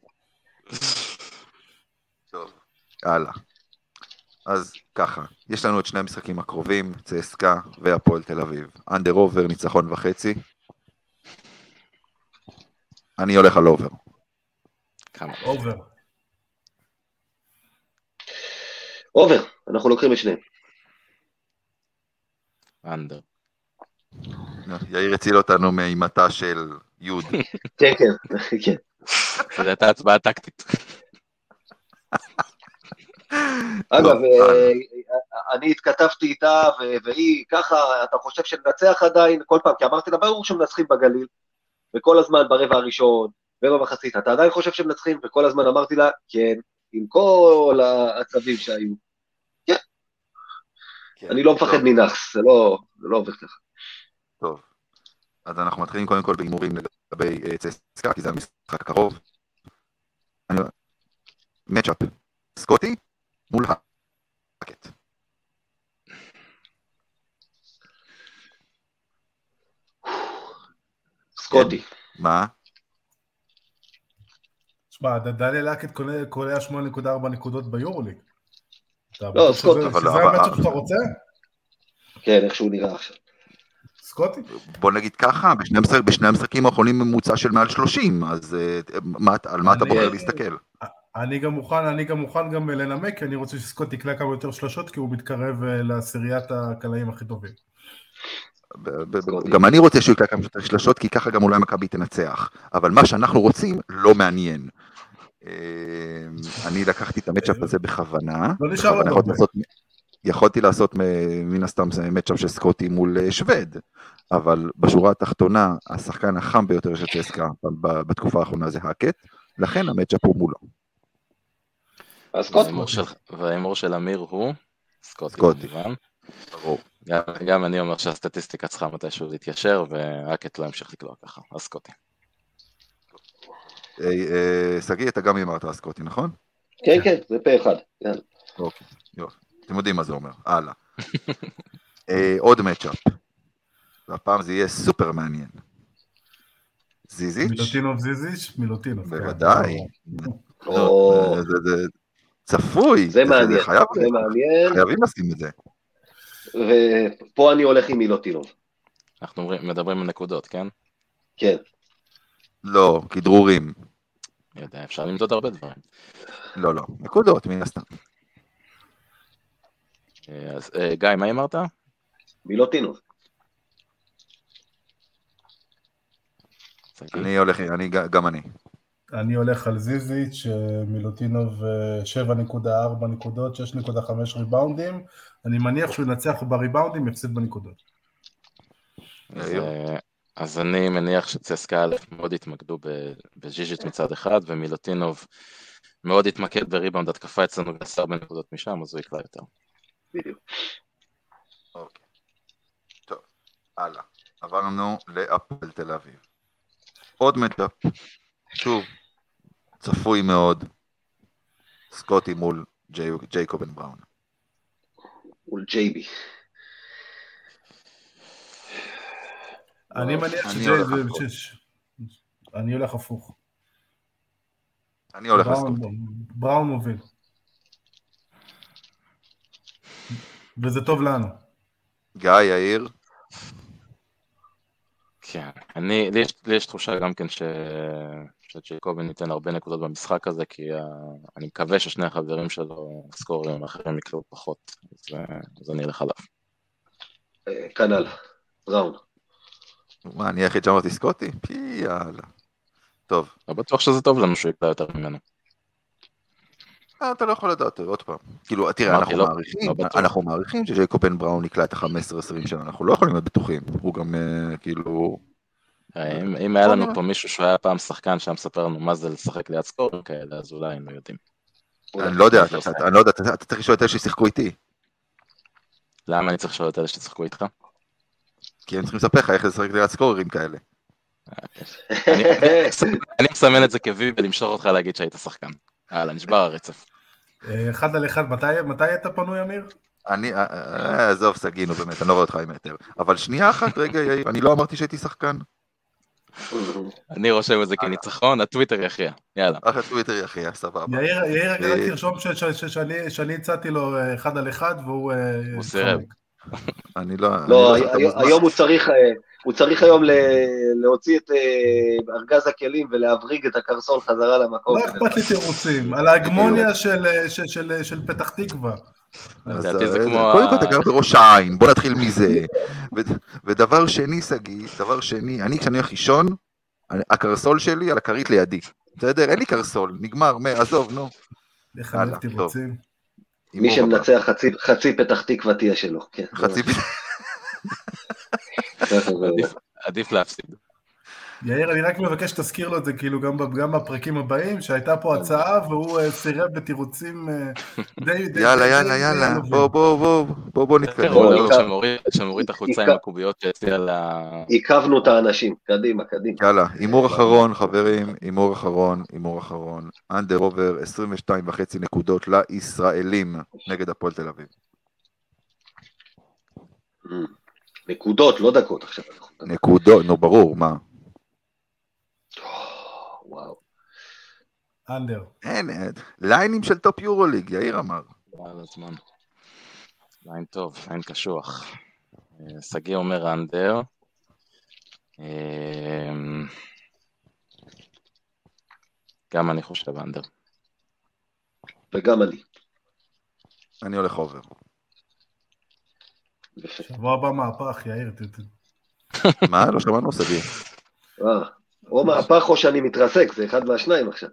טוב, הלאה. אז ככה, יש לנו את שני המשחקים הקרובים, צסקה והפועל תל אביב. אנדר אובר, ניצחון וחצי. אני הולך על אובר. כמה? אובר. אובר, אנחנו לוקחים את שניהם. אנדר. יאיר הציל אותנו מאימתה של יוד. כן, כן, כן. זו הייתה הצבעה טקטית. אגב, טוב, אה, הלאה. אני התכתבתי איתה, ו- והיא ככה, אתה חושב שננצח עדיין, כל פעם, כי אמרתי לה, ברור שמנצחים בגליל, וכל הזמן ברבע הראשון, ובמחצית, אתה עדיין חושב שמנצחים, וכל הזמן אמרתי לה, כן, עם כל העצבים שהיו. כן, אני לא מפחד טוב, מנאחס, זה לא זה לא עובד ככה. טוב. אז אנחנו מתחילים קודם כל בהימורים לגבי אה, צסקה, כי זה המשחק הקרוב. אני... מצ'אפ, סקוטי מול האקט. סקוטי. מה? תשמע, דניאל לקט קולע- קולע שמונה נקודה ארבע נקודות ביורוליג. אתה לא, בטוח סקוטי. שזה- אבל- שזה אבל- המצ'אפ שאתה רוצה? כן, איך שהוא נראה עכשיו. סקוטי? בוא נגיד ככה, בשני, המשחק, בשני המשחקים האחרונים ממוצע של מעל שלושים, אז uh, מה, על מה אתה אני- בוחר להסתכל? אני גם מוכן, אני גם מוכן גם לנמק, כי אני רוצה שסקוטי יקלע כמה יותר שלושות, כי הוא מתקרב אה, לעשיריית הקלעים הכי טובים. ב- ב- סקוטי. גם אני רוצה שהוא יקלע כמה שיותר שלשות, כי ככה גם אולי מכבי תנצח, אבל מה שאנחנו רוצים לא מעניין. אה, אני לקחתי את המצ'אפ הזה בכוונה, לא נשאר בכוונה לנו יכולתי הרבה. לעשות, יכולתי לעשות מ- מן הסתם זה מצ'אפ של סקוטי מול אה, שווד, אבל בשורה התחתונה, השחקן החם ביותר של צסקה ב- בתקופה האחרונה זה האקט, לכן המצ'אפ הוא מולו. אז סקוטי. וההימור של- וההימור של אמיר הוא סקוטי. סקוטי. כמובן. ברור. גם, גם אני אומר שהסטטיסטיקה צריכה מתישהו להתיישר, והאקט לא ימשיך לקלוע ככה, אז סקוטי. אה, אה, סגי, אתה גם אמרת על סקוטי, נכון? כן, כן, זה פה אחד. יאללה. אוקיי, יופי. אתם יודעים מה זה אומר, הלאה. אה, עוד מצ'אפ. והפעם זה יהיה סופר מעניין. זיזיץ'? מילוטינוב זיזיץ', מילוטינוב. כן. בוודאי. או, זה- זה- זה צפוי. זה מעניין, חייב- זה מעניין, חייבים לשים את זה. ופה אני הולך עם מילוטינוב. אנחנו אומרים- מדברים על נקודות, כן? כן. לא, כדרורים. אני יודע, אפשר למדוד הרבה דברים. לא, לא, נקודות מן הסתם. אה, אז אה, גיא, מה אמרת? מילוטינוב. שגיא? אני הולך, אני, גם אני. אני הולך על זיזיץ', אה, מילוטינוב אה, שבע נקודה ארבע נקודות, שש נקודה חמש ריבאונדים. אני מניח שהוא ינצח בריבאונדים, יפסיד בנקודות. אז, יאיר? אה, אז אני מניח שצסקה א' מאוד התמקדו ב- בז'יז'יץ' מצד אחד, ומילוטינוב מאוד התמקד בריבאונד התקפה אצלנו ועשר בנקודות משם, אז הוא יקלע יותר. בדיוק. אוקיי. טוב, הלאה. עברנו להפועל תל אביב. עוד מצ'אפ. שוב, צפוי מאוד. סקוטי מול ג'יי- ג'ייקובן בראון. מול ג'ייבי. אני מניח אני שג'יי הולך זה... הפוך. שש- אני הולך הפוך. אני הולך בראון- לסקוטי. בראון מוביל. וזה טוב לנו. גיא, יאיר, כן, אני, לי יש, לי יש תחושה גם כן ש... שג'ייקובי ניתן הרבה נקודות במשחק הזה, כי uh, אני מקווה ששני החברים שלו, סקוררים אחרים, יקלו פחות, אז, uh, אז אני אלך עליו. אה, כנ"ל, בראון. מה, אני היחיד שאמרתי סקוטי? פי יאללה. טוב, לא בטוח שזה טוב לנו שהוא יקלע יותר ממנו. אה, אתה לא יכול לדעת, עוד פעם. כאילו, תראה, אמרתי, אנחנו לא- מעריכים, לא בטוח. אנחנו מעריכים שג'ייקוב בן בראון נקלע את ה-חמש עשרה עשרים שנה, אנחנו לא יכולים להיות בטוחים. הוא גם, אה, כאילו... אם, אם היה לנו פה מישהו שהוא היה פעם שחקן שהיה מספר לנו מה זה לשחק ליד סקוררים כאלה, אז אולי היינו יודעים. אני לא יודע, לא אתה- עושה. אתה- אני לא יודע, אתה אתה צריך לשאול את אלה ששיחקו איתי. למה אני צריך לשאול את אלה שצחקו איתך? כי הם צריכים לספר לך איך לשחק ליד סקוררים כאלה. אני, אני, אני מסמן את זה כוי ולמשוך אותך להגיד שהיית שחקן. הלאה, נשבר הרצף. אה, אחד על אחד, מתי, מתי אתה פנוי, אמיר? אני, אה, אה, עזוב, סגינו באמת, אני לא רואה אותך עם מטר. אבל שנייה אחת, רגע, יאיר, אני לא אמרתי שהייתי שחקן. אני רושם את זה כניצחון, הטוויטר יכריע. יאללה. אחת טוויטר יכריע, סבבה. יאיר, יאיר, רק אה, תרשום ש- ש- ש- שאני- שאני הצעתי לו אה, אחד על אחד, והוא... אה, הוא סירב. חומק. אני לא... אני לא, זוכר, אתה היום- מוזמן. היום הוא צריך, אה, הוא צריך היום ל- להוציא את אה, ארגז הכלים ולהבריג את הקרסול חזרה למקום. לא אכפת לי תירוצים, על ההגמוניה של, אה, של, של, של פתח תקווה. אז, לדעתי זה אה, כמו קודם ה- כל אתה גר בראש העין, בוא נתחיל מזה. ו- ודבר שני, סגי, דבר שני, אני כשאני הולך לישון, אני- הקרסול שלי על הכרית לידי. בסדר? אין לי קרסול, נגמר, מה, עזוב, נו. איך אני אוהב הלאה, תירוצים. מי הימור הבא. שמנצח חצי- חצי פתח תקווה תהיה שלו. כן. חצי... ככה זה. עדיף- עדיף להפסיד. יאיר, אני רק מבקש שתזכיר לו את זה, כאילו גם, ב- גם בפרקים הבאים, שהייתה פה הצעה, והוא אה, סירב בתירוצים אה, די... די- יאללה, די- יאללה, די יאללה, עלובים. בוא, בוא, בוא, בוא, בוא נתקדם. בוא, הוא ניקח- שמוריד- שמוריד את החולצה עם הקוביות שהציע לה... עיכבנו את האנשים, קדימה, קדימה. יאללה, הימור אחרון, חברים, הימור אחרון, הימור אחרון. אנדר עובר עשרים ושתיים וחצי נקודות לישראלים נגד הפועל תל אביב. נקודות, לא דקות עכשיו. אנחנו מדברים. נקודות, נו ברור, מה? וואו. אנדר. אין, אין, ליינים של טופ יורוליג, יאיר אמר. וואלה, זמן. ליין טוב, ליין קשוח. אה, סגי אומר אנדר. אה, גם אני חושב אנדר. וגם אני. אני הולך עובר. יפה. שבוע הבא מהפך, יאיר. ת- ת- מה? לא שמענו, סגי. אה, או מהפך או שאני מתרסק, זה אחד מהשניים עכשיו.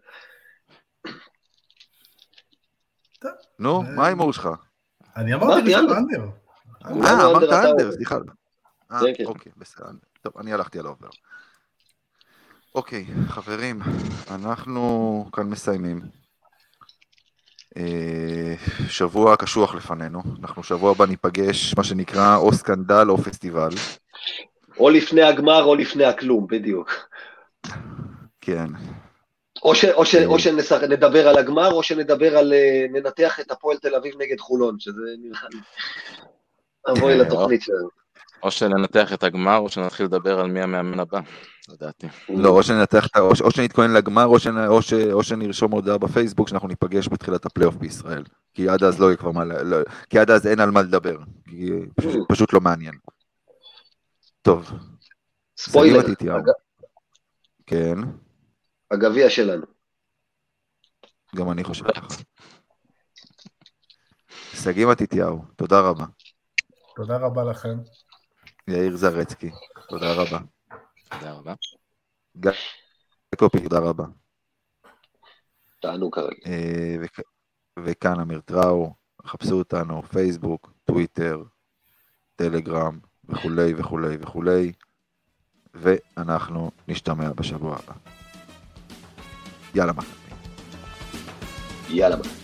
נו, מה ההימור שלך? אני אמרתי אמרתי ראשון אנדר. אנדר. כולנו אה, אמרת אנדר, אתה אנדר, עובר. סליחה. אה, כן, כן. אוקיי, בסדר. טוב, אני הלכתי על עובר. אוקיי, חברים, אנחנו כאן מסיימים. אה, שבוע קשוח לפנינו. אנחנו שבוע הבא ניפגש, מה שנקרא, או סקנדל או פסטיבל. או לפני הגמר או לפני הכלום, בדיוק. כן. או, ש, או, ש, או שנדבר על הגמר, או שנדבר על uh, ננתח את הפועל תל אביב נגד חולון, שזה נראה לי. אבוי לתוכנית שלנו. או שננתח את הגמר, או שנתחיל לדבר על מי המאמן הבא, לדעתי. לא, או שנתח, או, או שנתכונן לגמר, או, שנ, או, ש, או שנרשום הודעה בפייסבוק שאנחנו ניפגש בתחילת הפלייאוף בישראל. כי עד אז לא יהיה כבר מה, לא, כי עד אז אין על מה לדבר. כי פשוט, פשוט לא מעניין. טוב. ספוילר, סגי מתתיהו. הג... כן, הגביע שלנו. גם אני חושב ככה. סגי מתתיהו, תודה רבה. תודה רבה לכם. יאיר זרצקי, תודה רבה. תודה רבה. גיא קופי, תודה רבה. תענו כרגע. אה, וכ... וכאן אמיר טראו, חפשו אותנו, פייסבוק, טוויטר, טלגרם, וכולי וכולי וכולי, ואנחנו נשתמע בשבוע הבא. יאללה, מה? יאללה.